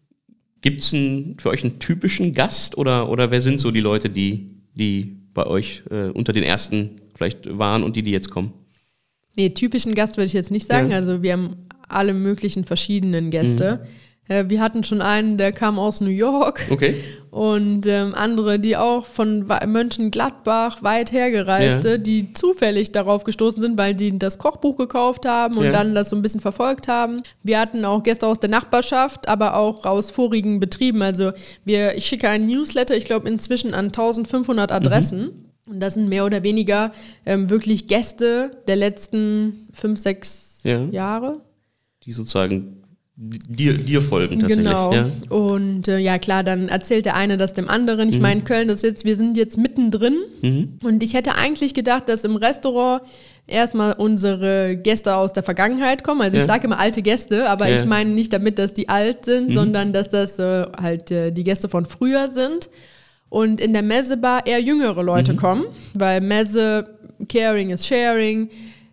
Gibt es für euch einen typischen Gast oder, oder wer sind so die Leute, die, die bei euch äh, unter den ersten vielleicht waren und die, die jetzt kommen?
Nee, typischen Gast würde ich jetzt nicht sagen. Ja. Also wir haben alle möglichen verschiedenen Gäste. Mhm. Äh, wir hatten schon einen, der kam aus New York. Okay. Und ähm, andere, die auch von Mönchengladbach weit hergereiste, ja. die zufällig darauf gestoßen sind, weil die das Kochbuch gekauft haben und ja. dann das so ein bisschen verfolgt haben. Wir hatten auch Gäste aus der Nachbarschaft, aber auch aus vorigen Betrieben. Also wir, ich schicke einen Newsletter, ich glaube inzwischen an eintausendfünfhundert Adressen. Mhm. Und das sind mehr oder weniger ähm, wirklich Gäste der letzten fünf, sechs ja. Jahre.
Die sozusagen Dir, dir folgen tatsächlich.
Genau.
Ja.
Und äh, ja klar, dann erzählt der eine das dem anderen. Ich mhm. meine, Köln, das jetzt, wir sind jetzt mittendrin. Mhm. Und ich hätte eigentlich gedacht, dass im Restaurant erstmal unsere Gäste aus der Vergangenheit kommen. Also ja. ich sage immer alte Gäste, aber ja. ich meine nicht damit, dass die alt sind, mhm. sondern dass das äh, halt äh, die Gäste von früher sind. Und in der Messebar eher jüngere Leute mhm. kommen, weil Messe, Caring is Sharing.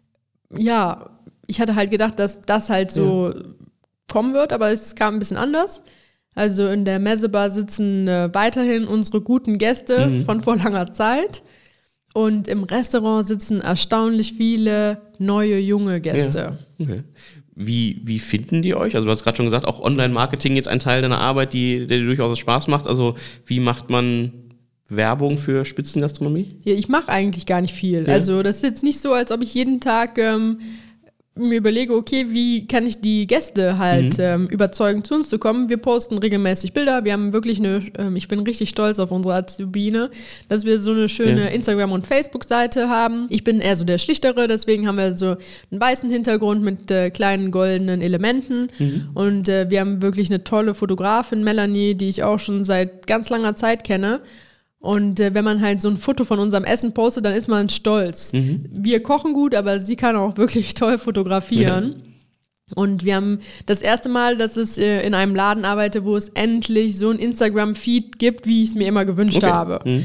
Ja, ich hatte halt gedacht, dass das halt so ja. kommen wird, aber es kam ein bisschen anders. Also in der Messebar sitzen äh, weiterhin unsere guten Gäste mhm. von vor langer Zeit und im Restaurant sitzen erstaunlich viele neue, junge Gäste.
Ja. Okay. Wie, wie finden die euch? Also du hast gerade schon gesagt, auch Online-Marketing jetzt ein Teil deiner Arbeit, die, der dir durchaus Spaß macht. Also wie macht man Werbung für Spitzengastronomie?
Ja, ich mache eigentlich gar nicht viel. Ja. Also das ist jetzt nicht so, als ob ich jeden Tag ähm, mir überlege, okay, wie kann ich die Gäste halt mhm. ähm, überzeugen, zu uns zu kommen. Wir posten regelmäßig Bilder. Wir haben wirklich eine, ähm, ich bin richtig stolz auf unsere Azubine, dass wir so eine schöne ja. Instagram- und Facebook-Seite haben. Ich bin eher so der Schlichtere, deswegen haben wir so einen weißen Hintergrund mit äh, kleinen goldenen Elementen. Mhm. Und äh, wir haben wirklich eine tolle Fotografin, Melanie, die ich auch schon seit ganz langer Zeit kenne. Und äh, wenn man halt so ein Foto von unserem Essen postet, dann ist man stolz. Mhm. Wir kochen gut, aber sie kann auch wirklich toll fotografieren. Ja. Und wir haben das erste Mal, dass ich äh, in einem Laden arbeite, wo es endlich so ein Instagram-Feed gibt, wie ich es mir immer gewünscht okay. habe. Mhm.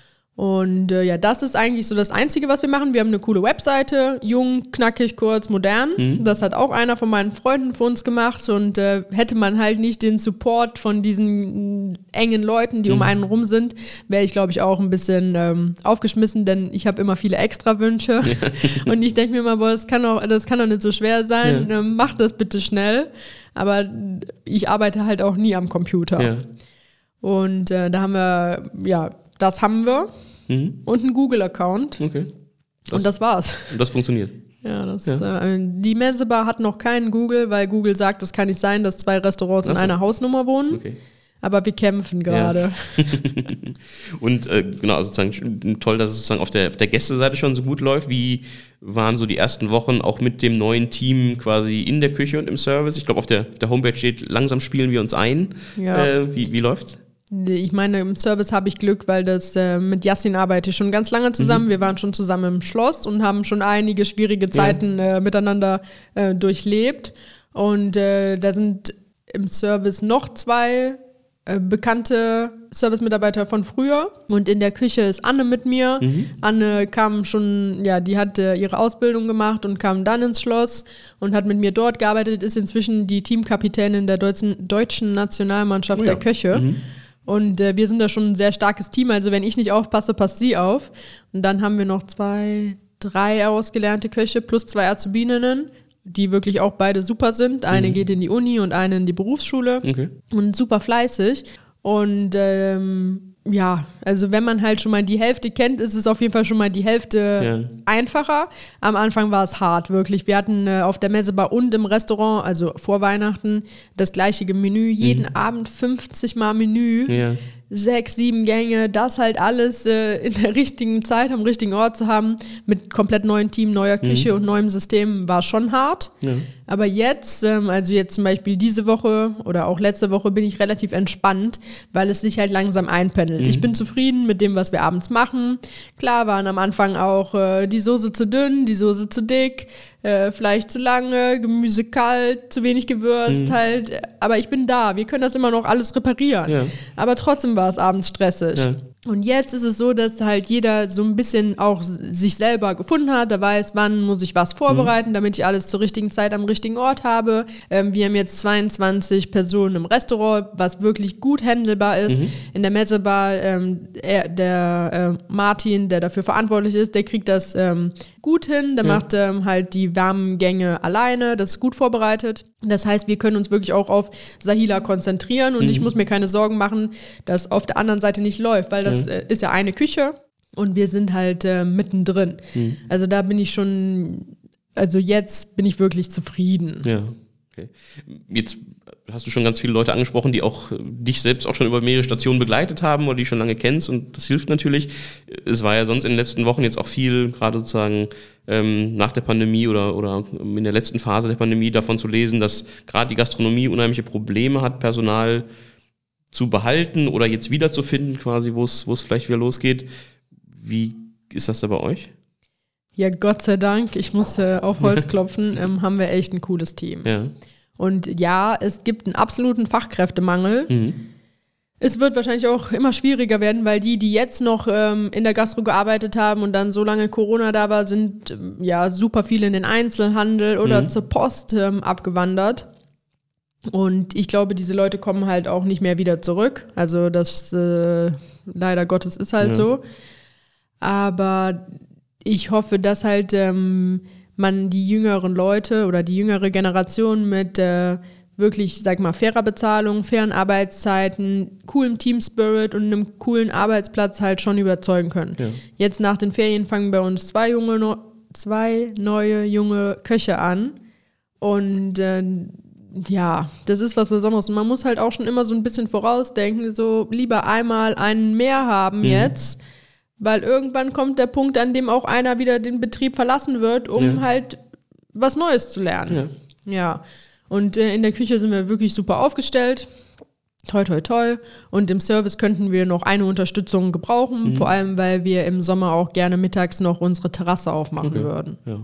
Und äh, ja, das ist eigentlich so das Einzige, was wir machen. Wir haben eine coole Webseite, jung, knackig, kurz, modern. Mhm. Das hat auch einer von meinen Freunden für uns gemacht. Und äh, hätte man halt nicht den Support von diesen äh, engen Leuten, die mhm. um einen rum sind, wäre ich, glaube ich, auch ein bisschen ähm, aufgeschmissen, denn ich habe immer viele Extrawünsche. Ja. Und ich denke mir immer, boah, das kann doch, das kann doch nicht so schwer sein. Ja. Ähm, mach das bitte schnell. Aber ich arbeite halt auch nie am Computer. Ja. Und äh, da haben wir, ja, das haben wir mhm. und einen Google-Account. Okay. Das, und das war's.
Und das funktioniert.
Ja, das, ja. Äh, die Messebar hat noch keinen Google, weil Google sagt, es kann nicht sein, dass zwei Restaurants Ach in so. einer Hausnummer wohnen. Okay. Aber wir kämpfen gerade.
Ja. Und äh, genau, also sozusagen toll, dass es sozusagen auf der, auf der Gästeseite schon so gut läuft. Wie waren so die ersten Wochen auch mit dem neuen Team quasi in der Küche und im Service? Ich glaube, auf der, auf der Homepage steht, langsam spielen wir uns ein. Ja. Äh, wie, wie läuft's?
Ich meine, im Service habe ich Glück, weil das äh, mit Yassin arbeite ich schon ganz lange zusammen. Mhm. Wir waren schon zusammen im Schloss und haben schon einige schwierige Zeiten ja. äh, miteinander äh, durchlebt. Und äh, da sind im Service noch zwei äh, bekannte Service-Mitarbeiter von früher und in der Küche ist Anne mit mir. Mhm. Anne kam schon, ja, die hat äh, ihre Ausbildung gemacht und kam dann ins Schloss und hat mit mir dort gearbeitet, ist inzwischen die Teamkapitänin der deutschen, deutschen Nationalmannschaft oh ja. der Köche. Mhm. Und äh, wir sind da schon ein sehr starkes Team, also wenn ich nicht aufpasse, passt sie auf. Und dann haben wir noch zwei, drei ausgelernte Köche plus zwei Azubininnen, die wirklich auch beide super sind. Eine mhm. geht in die Uni und eine in die Berufsschule okay. und super fleißig. Und ähm, ja, also wenn man halt schon mal die Hälfte kennt, ist es auf jeden Fall schon mal die Hälfte ja. einfacher. Am Anfang war es hart, wirklich. Wir hatten äh, auf der Messebar und im Restaurant, also vor Weihnachten, das gleiche Menü. Jeden mhm. Abend fünfzig Mal Menü. Ja. Sechs, sieben Gänge, das halt alles äh, in der richtigen Zeit am richtigen Ort zu haben, mit komplett neuem Team, neuer Küche mhm. und neuem System, war schon hart. Ja. Aber jetzt, ähm, also jetzt zum Beispiel diese Woche oder auch letzte Woche bin ich relativ entspannt, weil es sich halt langsam einpendelt. Mhm. Ich bin zufrieden mit dem, was wir abends machen. Klar waren am Anfang auch äh, die Soße zu dünn, die Soße zu dick, äh, vielleicht zu lange, Gemüse kalt, zu wenig gewürzt mhm. halt. Aber ich bin da, wir können das immer noch alles reparieren. Ja. Aber trotzdem war es abends stressig. Ja. Und jetzt ist es so, dass halt jeder so ein bisschen auch sich selber gefunden hat, der weiß, wann muss ich was vorbereiten, mhm. damit ich alles zur richtigen Zeit am richtigen Ort habe. Ähm, wir haben jetzt zweiundzwanzig Personen im Restaurant, was wirklich gut handelbar ist. Mhm. In der Messebar, ähm, er, der äh, Martin, der dafür verantwortlich ist, der kriegt das ähm, gut hin, der ja. macht ähm, halt die warmen Gänge alleine, das ist gut vorbereitet. Das heißt, wir können uns wirklich auch auf Sahila konzentrieren und mhm. ich muss mir keine Sorgen machen, dass auf der anderen Seite nicht läuft, weil das äh, ist ja eine Küche und wir sind halt äh, mittendrin. Mhm. Also da bin ich schon, also jetzt bin ich wirklich zufrieden.
Ja, okay. Jetzt hast du schon ganz viele Leute angesprochen, die auch dich selbst auch schon über mehrere Stationen begleitet haben oder die schon lange kennst und das hilft natürlich. Es war ja sonst in den letzten Wochen jetzt auch viel, gerade sozusagen ähm, nach der Pandemie oder, oder in der letzten Phase der Pandemie davon zu lesen, dass gerade die Gastronomie unheimliche Probleme hat, Personal zu behalten oder jetzt wiederzufinden quasi, wo es wo es vielleicht wieder losgeht. Wie ist das da bei euch?
Ja, Gott sei Dank, ich musste auf Holz klopfen, ähm, haben wir echt ein cooles Team. Ja. Und ja, es gibt einen absoluten Fachkräftemangel. Mhm. Es wird wahrscheinlich auch immer schwieriger werden, weil die, die jetzt noch ähm, in der Gastro gearbeitet haben und dann so lange Corona da war, sind ähm, ja super viele in den Einzelhandel oder mhm. zur Post ähm, abgewandert. Und ich glaube, diese Leute kommen halt auch nicht mehr wieder zurück. Also das äh, leider Gottes ist halt ja. so. Aber ich hoffe, dass halt ähm, man die jüngeren Leute oder die jüngere Generation mit äh, wirklich, sag mal, fairer Bezahlung, fairen Arbeitszeiten, coolem Team-Spirit und einem coolen Arbeitsplatz halt schon überzeugen können. Ja. Jetzt nach den Ferien fangen bei uns zwei, junge, no- zwei neue junge Köche an und äh, ja, das ist was Besonderes. Und man muss halt auch schon immer so ein bisschen vorausdenken, so lieber einmal einen mehr haben mhm. jetzt, weil irgendwann kommt der Punkt, an dem auch einer wieder den Betrieb verlassen wird, um ja. halt was Neues zu lernen. Ja. ja. Und äh, in der Küche sind wir wirklich super aufgestellt. Toi, toi, toi. Und im Service könnten wir noch eine Unterstützung gebrauchen, mhm. vor allem, weil wir im Sommer auch gerne mittags noch unsere Terrasse aufmachen okay. würden.
Ja.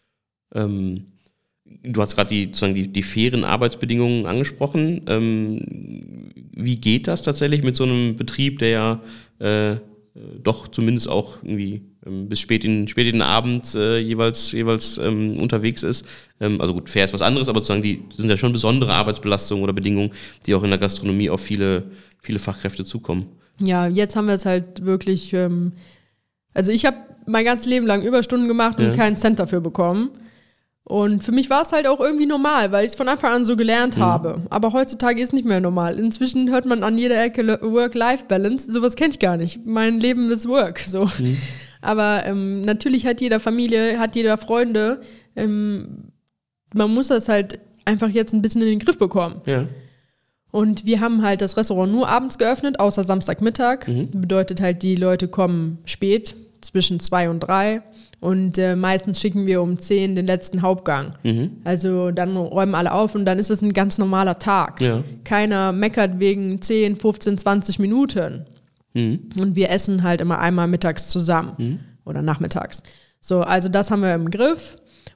Ähm, du hast gerade die, sozusagen die, die fairen Arbeitsbedingungen angesprochen. Ähm, wie geht das tatsächlich mit so einem Betrieb, der ja äh, doch zumindest auch irgendwie ähm, bis spät in, spät in den Abend äh, jeweils, jeweils ähm, unterwegs ist. Ähm, also gut, fair ist was anderes, aber sozusagen die sind ja schon besondere Arbeitsbelastungen oder Bedingungen, die auch in der Gastronomie auf viele, viele Fachkräfte zukommen.
Ja, jetzt haben wir es halt wirklich, ähm, also ich habe mein ganzes Leben lang Überstunden gemacht und ja. keinen Cent dafür bekommen. Und für mich war es halt auch irgendwie normal, weil ich es von Anfang an so gelernt mhm. habe. Aber heutzutage ist es nicht mehr normal. Inzwischen hört man an jeder Ecke Work-Life-Balance. Sowas kenne ich gar nicht. Mein Leben ist Work. So. Mhm. Aber ähm, natürlich hat jeder Familie, hat jeder Freunde. Ähm, man muss das halt einfach jetzt ein bisschen in den Griff bekommen. Ja. Und wir haben halt das Restaurant nur abends geöffnet, außer Samstagmittag. Mhm. Bedeutet halt, die Leute kommen spät, zwischen zwei und drei. Und äh, meistens schicken wir um zehn den letzten Hauptgang. Mhm. Also dann räumen alle auf und dann ist es ein ganz normaler Tag. Ja. Keiner meckert wegen zehn, fünfzehn, zwanzig Minuten. Mhm. Und wir essen halt immer einmal mittags zusammen mhm. oder nachmittags. So, also das haben wir im Griff.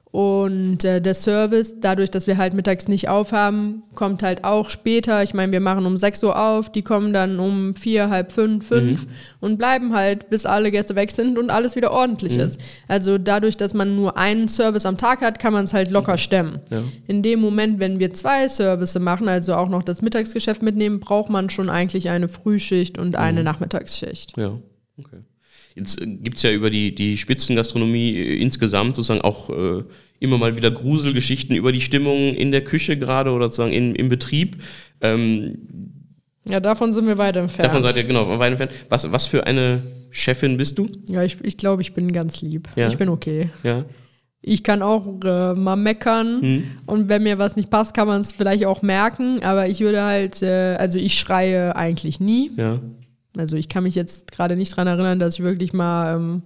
Und äh, der Service, dadurch, dass wir halt mittags nicht aufhaben, kommt halt auch später. Ich meine, wir machen um sechs Uhr auf, die kommen dann um vier, halb fünf, fünf mhm. und bleiben halt, bis alle Gäste weg sind und alles wieder ordentlich mhm. ist. Also dadurch, dass man nur einen Service am Tag hat, kann man es halt locker stemmen. Ja. In dem Moment, wenn wir zwei Services machen, also auch noch das Mittagsgeschäft mitnehmen, braucht man schon eigentlich eine Frühschicht und eine mhm. Nachmittagsschicht.
Ja, okay. Jetzt äh, gibt es ja über die, die Spitzengastronomie äh, insgesamt sozusagen auch äh, immer mal wieder Gruselgeschichten über die Stimmung in der Küche gerade oder sozusagen in, im Betrieb. Ähm,
ja, davon sind wir weit entfernt.
Davon seid ihr, genau, weit entfernt. Was, was für eine Chefin bist du?
Ja, ich, ich glaube, ich bin ganz lieb.
Ja.
Ich bin okay.
Ja.
Ich kann auch äh, mal meckern hm. und wenn mir was nicht passt, kann man es vielleicht auch merken, aber ich würde halt, äh, also ich schreie eigentlich nie.
Ja.
Also ich kann mich jetzt gerade nicht dran erinnern, dass ich wirklich mal ähm,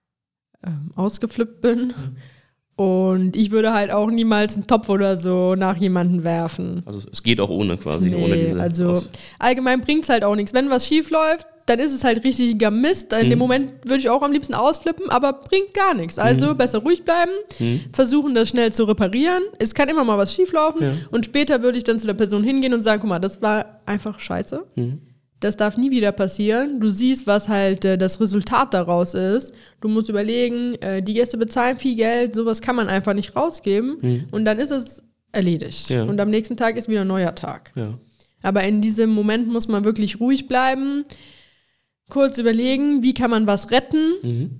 ähm, ausgeflippt bin. Mhm. Und ich würde halt auch niemals einen Topf oder so nach jemanden werfen.
Also es geht auch ohne quasi.
Nee,
ohne diese
also
Aus-
allgemein bringt es halt auch nichts. Wenn was schief läuft, dann ist es halt richtiger Mist. In mhm. dem Moment würde ich auch am liebsten ausflippen, aber bringt gar nichts. Also mhm. besser ruhig bleiben, mhm. versuchen das schnell zu reparieren. Es kann immer mal was schief laufen. Ja. Und später würde ich dann zu der Person hingehen und sagen, guck mal, das war einfach scheiße. Mhm. Das darf nie wieder passieren. Du siehst, was halt äh, das Resultat daraus ist. Du musst überlegen, äh, die Gäste bezahlen viel Geld, sowas kann man einfach nicht rausgeben. Mhm. Und dann ist es erledigt. Ja. Und am nächsten Tag ist wieder ein neuer Tag. Ja. Aber in diesem Moment muss man wirklich ruhig bleiben, kurz überlegen, wie kann man was retten mhm.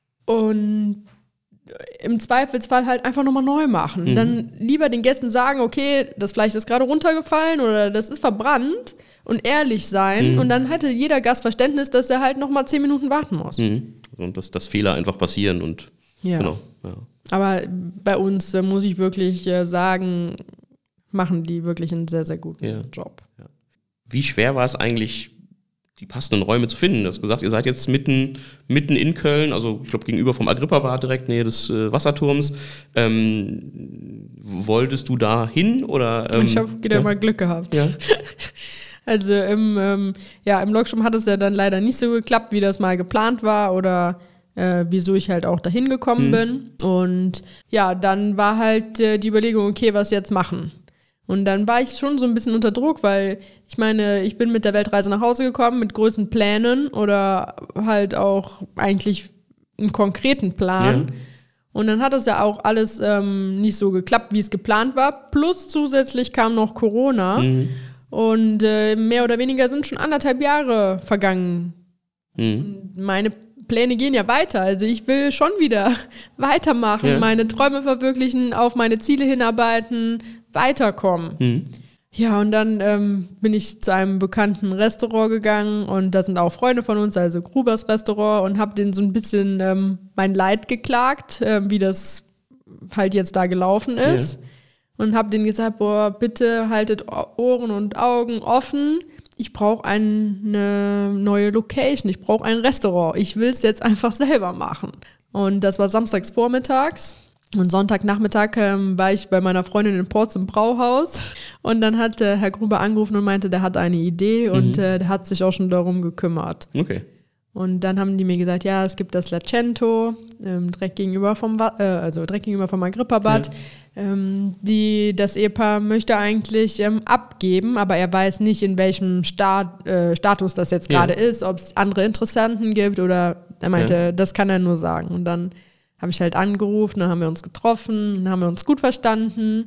und im Zweifelsfall halt einfach nochmal neu machen. Mhm. Dann lieber den Gästen sagen, okay, das Fleisch ist gerade runtergefallen oder das ist verbrannt. Und ehrlich sein. Mhm. Und dann hätte jeder Gast Verständnis, dass er halt nochmal zehn Minuten warten muss.
Mhm. Und dass, dass Fehler einfach passieren. Und
ja.
Genau. Ja.
Aber bei uns äh, muss ich wirklich äh, sagen, machen die wirklich einen sehr, sehr guten
ja.
Job.
Ja. Wie schwer war es eigentlich, die passenden Räume zu finden? Du hast gesagt, ihr seid jetzt mitten, mitten in Köln, also ich glaube gegenüber vom Agrippa-Bad direkt, Nähe des äh, Wasserturms. Ähm, wolltest du da hin? Oder, ähm,
ich habe wieder ja. mal Glück gehabt. Ja. Also im, ähm, ja, im Lockstrom hat es ja dann leider nicht so geklappt, wie das mal geplant war oder äh, wieso ich halt auch dahin gekommen mhm. bin. Und ja, dann war halt äh, die Überlegung, okay, was jetzt machen? Und dann war ich schon so ein bisschen unter Druck, weil ich meine, ich bin mit der Weltreise nach Hause gekommen mit großen Plänen oder halt auch eigentlich einen konkreten Plan. Ja. Und dann hat es ja auch alles ähm, nicht so geklappt, wie es geplant war. Plus zusätzlich kam noch Corona. Mhm. Und äh, mehr oder weniger sind schon anderthalb Jahre vergangen. Mhm. Meine Pläne gehen ja weiter. Also ich will schon wieder weitermachen, ja. meine Träume verwirklichen, auf meine Ziele hinarbeiten, weiterkommen. Mhm. Ja, und dann ähm, bin ich zu einem bekannten Restaurant gegangen und da sind auch Freunde von uns, also Grubers Restaurant, und habe denen so ein bisschen ähm, mein Leid geklagt, äh, wie das halt jetzt da gelaufen ist. Ja. Und habe denen gesagt, boah, bitte haltet Ohren und Augen offen. Ich brauche eine neue Location, ich brauche ein Restaurant. Ich will es jetzt einfach selber machen. Und das war samstags vormittags. Und Sonntagnachmittag ähm, war ich bei meiner Freundin in Porz im Brauhaus. Und dann hat äh, Herr Gruber angerufen und meinte, der hat eine Idee mhm. und äh, der hat sich auch schon darum gekümmert.
Okay.
Und dann haben die mir gesagt, ja, es gibt das Lacento, ähm, direkt gegenüber vom, äh, also direkt gegenüber vom Agrippa-Bad. Ja. Ähm, die, das Ehepaar möchte eigentlich ähm, abgeben, aber er weiß nicht, in welchem Stat, äh, Status das jetzt gerade ja. ist, ob es andere Interessenten gibt oder er meinte, ja. das kann er nur sagen. Und dann habe ich halt angerufen, dann haben wir uns getroffen, dann haben wir uns gut verstanden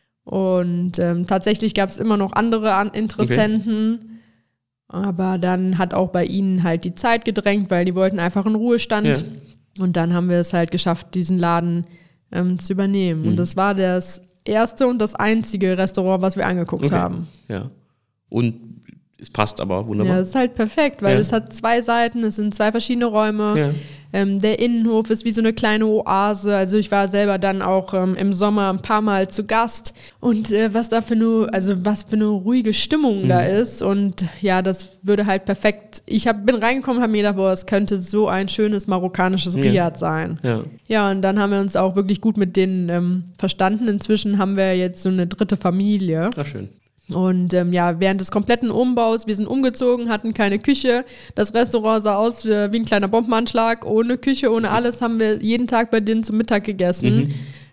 und ähm, tatsächlich gab es immer noch andere An- Interessenten. Okay. Aber dann hat auch bei ihnen halt die Zeit gedrängt, weil die wollten einfach in Ruhestand. Ja. Und dann haben wir es halt geschafft, diesen Laden ähm, zu übernehmen. Mhm. Und das war das erste und das einzige Restaurant, was wir angeguckt okay. haben.
Ja. Und es passt aber wunderbar.
Ja, es ist halt perfekt, weil ja. es hat zwei Seiten, es sind zwei verschiedene Räume. Ja. Ähm, der Innenhof ist wie so eine kleine Oase. Also ich war selber dann auch ähm, im Sommer ein paar Mal zu Gast. Und äh, was da für eine, also was für eine ruhige Stimmung mhm. da ist. Und ja, das würde halt perfekt. Ich hab, bin reingekommen und habe mir gedacht, boah, es könnte so ein schönes marokkanisches ja. Riad sein. Ja. ja, und dann haben wir uns auch wirklich gut mit denen ähm, verstanden. Inzwischen haben wir jetzt so eine dritte Familie.
Ach, schön.
Und ähm, ja, während des kompletten Umbaus, wir sind umgezogen, hatten keine Küche. Das Restaurant sah aus wie, wie ein kleiner Bombenanschlag, ohne Küche, ohne alles, haben wir jeden Tag bei denen zum Mittag gegessen. Mhm.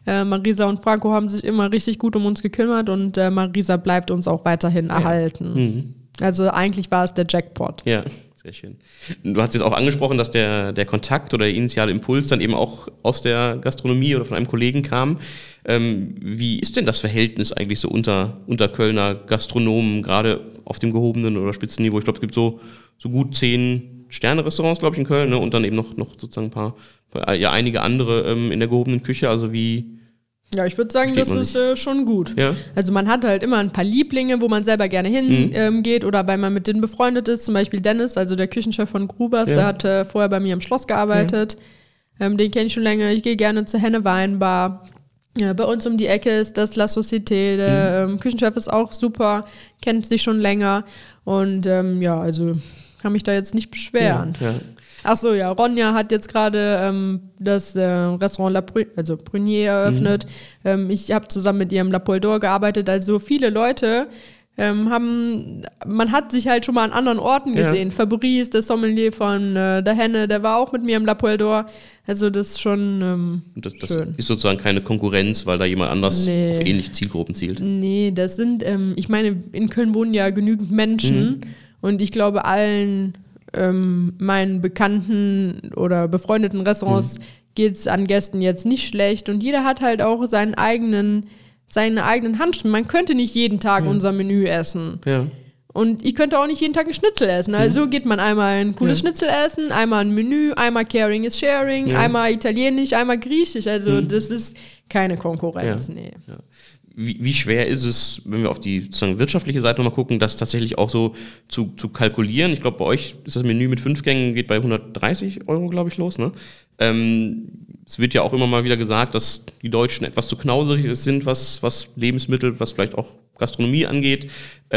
Äh, Marisa und Franco haben sich immer richtig gut um uns gekümmert und äh, Marisa bleibt uns auch weiterhin ja. erhalten. Mhm. Also eigentlich war es der Jackpot.
Ja, sehr schön. Du hast jetzt auch angesprochen, dass der, der Kontakt oder der initiale Impuls dann eben auch aus der Gastronomie oder von einem Kollegen kam. Ähm, wie ist denn das Verhältnis eigentlich so unter, unter Kölner Gastronomen, gerade auf dem gehobenen oder Spitzenniveau? Ich glaube, es gibt so, so gut zehn Sterne-Restaurants, glaube ich, in Köln, ne? Und dann eben noch, noch sozusagen ein paar, ja, einige andere ähm, in der gehobenen Küche. Also wie...
Ja, ich würde sagen, das ist äh, schon gut.
Ja?
Also man hat halt immer ein paar Lieblinge, wo man selber gerne hingeht mhm. ähm, geht oder weil man mit denen befreundet ist. Zum Beispiel Dennis, also der Küchenchef von Grubers, ja. der hat äh, vorher bei mir im Schloss gearbeitet. Ja. Ähm, den kenne ich schon länger. Ich gehe gerne zur Henne Weinbar. Ja, bei uns um die Ecke ist das La Société. Der mhm. ähm, Küchenchef ist auch super, kennt sich schon länger. Und ähm, ja, also kann mich da jetzt nicht beschweren.
Ja, ja.
Ach so, ja, Ronja hat jetzt gerade ähm, das äh, Restaurant La Pru- also Prunier eröffnet. Mhm. Ähm, ich habe zusammen mit ihrem La Poule d'Or gearbeitet. Also viele Leute ähm, haben, man hat sich halt schon mal an anderen Orten gesehen. Ja. Fabrice, der Sommelier von äh, der Henne, der war auch mit mir im La Poule d'Or. Also das ist schon ähm,
das, das
schön.
Ist sozusagen keine Konkurrenz, weil da jemand anders
nee.
auf ähnliche Zielgruppen zielt.
Nee, das sind, ähm, ich meine, in Köln wohnen ja genügend Menschen mhm. und ich glaube allen ähm, meinen bekannten oder befreundeten Restaurants mhm. geht es an Gästen jetzt nicht schlecht und jeder hat halt auch seinen eigenen, seine eigenen Handschrift. Man könnte nicht jeden Tag ja. unser Menü essen.
Ja.
Und ich könnte auch nicht jeden Tag ein Schnitzel essen. Also mhm. geht man einmal ein cooles ja. Schnitzel essen, einmal ein Menü, einmal Caring is Sharing, ja. einmal Italienisch, einmal Griechisch. Also mhm. das ist keine Konkurrenz.
Ja.
Nee.
Ja. Wie, wie schwer ist es, wenn wir auf die sozusagen wirtschaftliche Seite nochmal gucken, das tatsächlich auch so zu, zu kalkulieren? Ich glaube, bei euch ist das Menü mit fünf Gängen, geht bei hundertdreißig Euro, glaube ich, los. Ne? Ähm, es wird ja auch immer mal wieder gesagt, dass die Deutschen etwas zu knauserig sind, was, was Lebensmittel, was vielleicht auch Gastronomie angeht.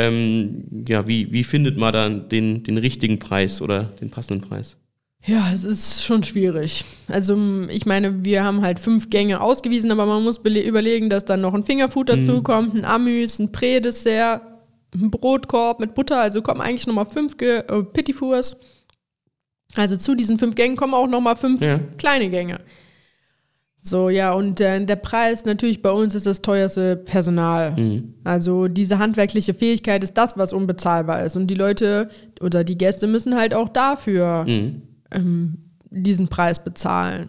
Ähm, ja, wie, wie findet man dann den, den richtigen Preis oder den passenden Preis?
Ja, es ist schon schwierig. Also ich meine, wir haben halt fünf Gänge ausgewiesen, aber man muss bele- überlegen, dass dann noch ein Fingerfood dazu mhm. kommt, ein Amüs, ein Pré-Dessert, ein Brotkorb mit Butter. Also kommen eigentlich nochmal fünf Ge- äh, Petit Fours. Also zu diesen fünf Gängen kommen auch nochmal fünf ja. kleine Gänge. So, ja, und äh, der Preis natürlich bei uns ist das teuerste Personal. Mhm. Also diese handwerkliche Fähigkeit ist das, was unbezahlbar ist. Und die Leute oder die Gäste müssen halt auch dafür mhm. ähm, diesen Preis bezahlen.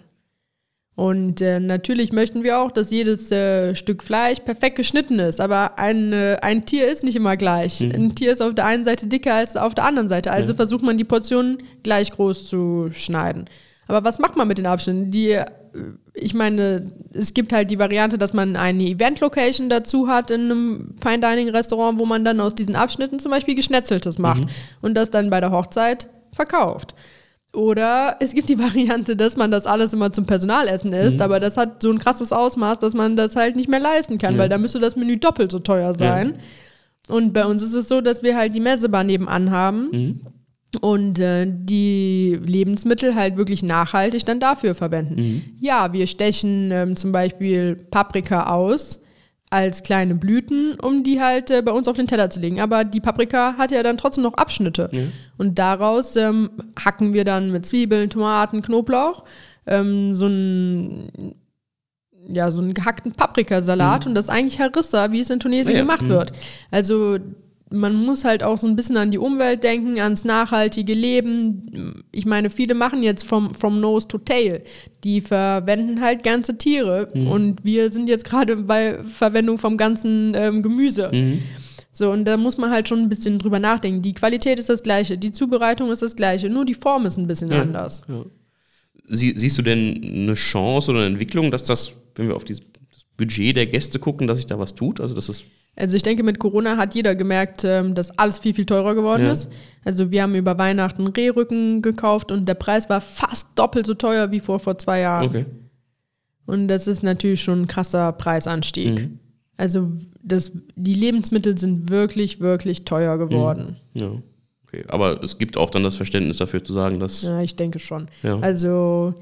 Und äh, natürlich möchten wir auch, dass jedes äh, Stück Fleisch perfekt geschnitten ist. Aber ein, äh, ein Tier ist nicht immer gleich. Mhm. Ein Tier ist auf der einen Seite dicker als auf der anderen Seite. Also ja. versucht man, die Portionen gleich groß zu schneiden. Aber was macht man mit den Abschnitten? Die, ich meine, es gibt halt die Variante, dass man eine Event-Location dazu hat in einem Fine-Dining-Restaurant, wo man dann aus diesen Abschnitten zum Beispiel Geschnetzeltes macht mhm. und das dann bei der Hochzeit verkauft. Oder es gibt die Variante, dass man das alles immer zum Personalessen isst, mhm. aber das hat so ein krasses Ausmaß, dass man das halt nicht mehr leisten kann, mhm. weil da müsste das Menü doppelt so teuer sein. Ja. Und bei uns ist es so, dass wir halt die Messebar nebenan haben mhm. und äh, die Lebensmittel halt wirklich nachhaltig dann dafür verwenden. Mhm. Ja, wir stechen ähm, zum Beispiel Paprika aus als kleine Blüten, um die halt äh, bei uns auf den Teller zu legen. Aber die Paprika hat ja dann trotzdem noch Abschnitte. Ja. Und daraus ähm, hacken wir dann mit Zwiebeln, Tomaten, Knoblauch ähm, so einen ja, so einen gehackten Paprikasalat. Mhm. Und das ist eigentlich Harissa, wie es in Tunesien ja, gemacht ja. wird. Also man muss halt auch so ein bisschen an die Umwelt denken, ans nachhaltige Leben. Ich meine, viele machen jetzt vom from nose to tail. Die verwenden halt ganze Tiere. Mhm. Und wir sind jetzt gerade bei Verwendung vom ganzen ähm, Gemüse. Mhm. So, und da muss man halt schon ein bisschen drüber nachdenken. Die Qualität ist das gleiche, die Zubereitung ist das gleiche, nur die Form ist ein bisschen
ja.
anders.
Ja. Sie, siehst du denn eine Chance oder eine Entwicklung, dass das, wenn wir auf dieses das Budget der Gäste gucken, dass sich da was tut? Also, dass es
Also ich denke, mit Corona hat jeder gemerkt, dass alles viel, viel teurer geworden ja. ist. Also wir haben über Weihnachten Rehrücken gekauft und der Preis war fast doppelt so teuer wie vor, vor zwei Jahren.
Okay.
Und das ist natürlich schon ein krasser Preisanstieg. Mhm. Also das, die Lebensmittel sind wirklich, wirklich teuer geworden.
Mhm. Ja, okay. Aber es gibt auch dann das Verständnis dafür zu sagen, dass...
Ja, ich denke schon.
Ja.
Also...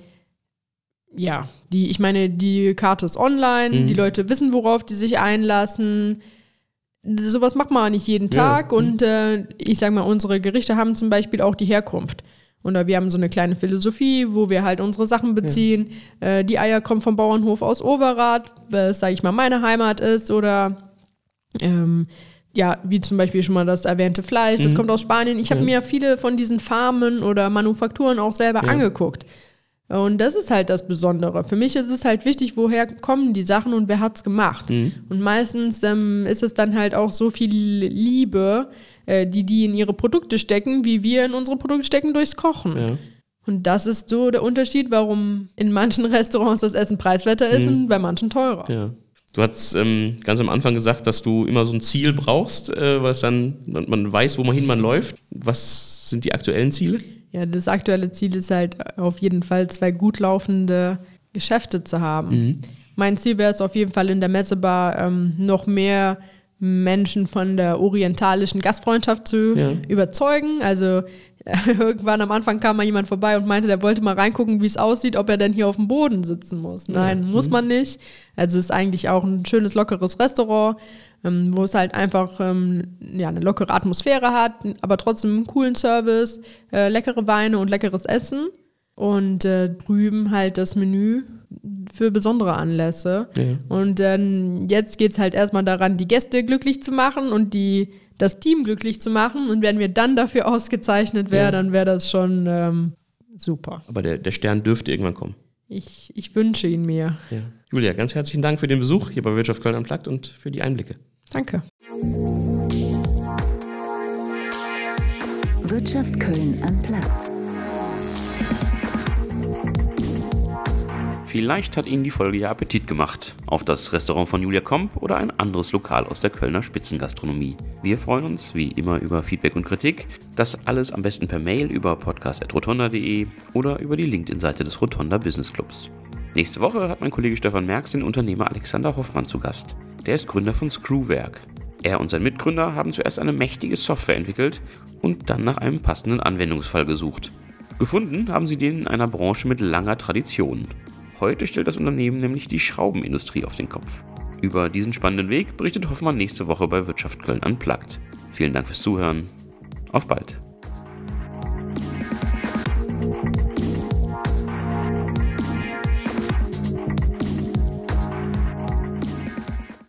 Ja, die, ich meine, die Karte ist online, mhm. die Leute wissen, worauf die sich einlassen. Sowas macht man nicht jeden Tag. Ja. Und äh, ich sage mal, unsere Gerichte haben zum Beispiel auch die Herkunft. Oder wir haben so eine kleine Philosophie, wo wir halt unsere Sachen beziehen. Ja. Äh, die Eier kommen vom Bauernhof aus Overath, was, sage ich mal, meine Heimat ist. Oder ähm, ja, wie zum Beispiel schon mal das erwähnte Fleisch, das mhm. kommt aus Spanien. Ich habe ja. mir viele von diesen Farmen oder Manufakturen auch selber ja. angeguckt. Und das ist halt das Besondere. Für mich ist es halt wichtig, woher kommen die Sachen und wer hat's gemacht. Mhm. Und meistens ähm, ist es dann halt auch so viel Liebe, äh, die die in ihre Produkte stecken, wie wir in unsere Produkte stecken durchs Kochen. Ja. Und das ist so der Unterschied, warum in manchen Restaurants das Essen preiswerter ist mhm. und bei manchen teurer.
Ja. Du hast ähm, ganz am Anfang gesagt, dass du immer so ein Ziel brauchst, äh, weil es dann man, man weiß, wo man hin man läuft. Was sind die aktuellen Ziele?
Ja, das aktuelle Ziel ist halt auf jeden Fall, zwei gut laufende Geschäfte zu haben. Mhm. Mein Ziel wäre es auf jeden Fall in der Messebar ähm, noch mehr Menschen von der orientalischen Gastfreundschaft zu ja. überzeugen. Also äh, irgendwann am Anfang kam mal jemand vorbei und meinte, der wollte mal reingucken, wie es aussieht, ob er denn hier auf dem Boden sitzen muss. Nein, ja. muss man nicht. Also es ist eigentlich auch ein schönes, lockeres Restaurant, ähm, wo es halt einfach ähm, ja, eine lockere Atmosphäre hat, aber trotzdem einen coolen Service, äh, leckere Weine und leckeres Essen. Und äh, drüben halt das Menü für besondere Anlässe. Ja. Und dann jetzt geht es halt erstmal daran, die Gäste glücklich zu machen und die, das Team glücklich zu machen. Und wenn wir dann dafür ausgezeichnet wären, ja. dann wäre das schon ähm, super.
Aber der, der Stern dürfte irgendwann kommen.
Ich, ich wünsche ihn mir.
Ja. Julia, ganz herzlichen Dank für den Besuch hier bei Wirtschaft Köln Unplugged und für die Einblicke.
Danke.
Wirtschaft Köln Unplugged.
Vielleicht hat Ihnen die Folge ja Appetit gemacht auf das Restaurant von Julia Komp oder ein anderes Lokal aus der Kölner Spitzengastronomie. Wir freuen uns wie immer über Feedback und Kritik. Das alles am besten per Mail über podcast at rotonda punkt de oder über die LinkedIn-Seite des Rotonda Business Clubs. Nächste Woche hat mein Kollege Stefan Merx den Unternehmer Alexander Hoffmann zu Gast. Der ist Gründer von Screwwerk. Er und sein Mitgründer haben zuerst eine mächtige Software entwickelt und dann nach einem passenden Anwendungsfall gesucht. Gefunden haben sie den in einer Branche mit langer Tradition. Heute stellt das Unternehmen nämlich die Schraubenindustrie auf den Kopf. Über diesen spannenden Weg berichtet Hoffmann nächste Woche bei Wirtschaft Köln Unplugged. Vielen Dank fürs Zuhören. Auf bald.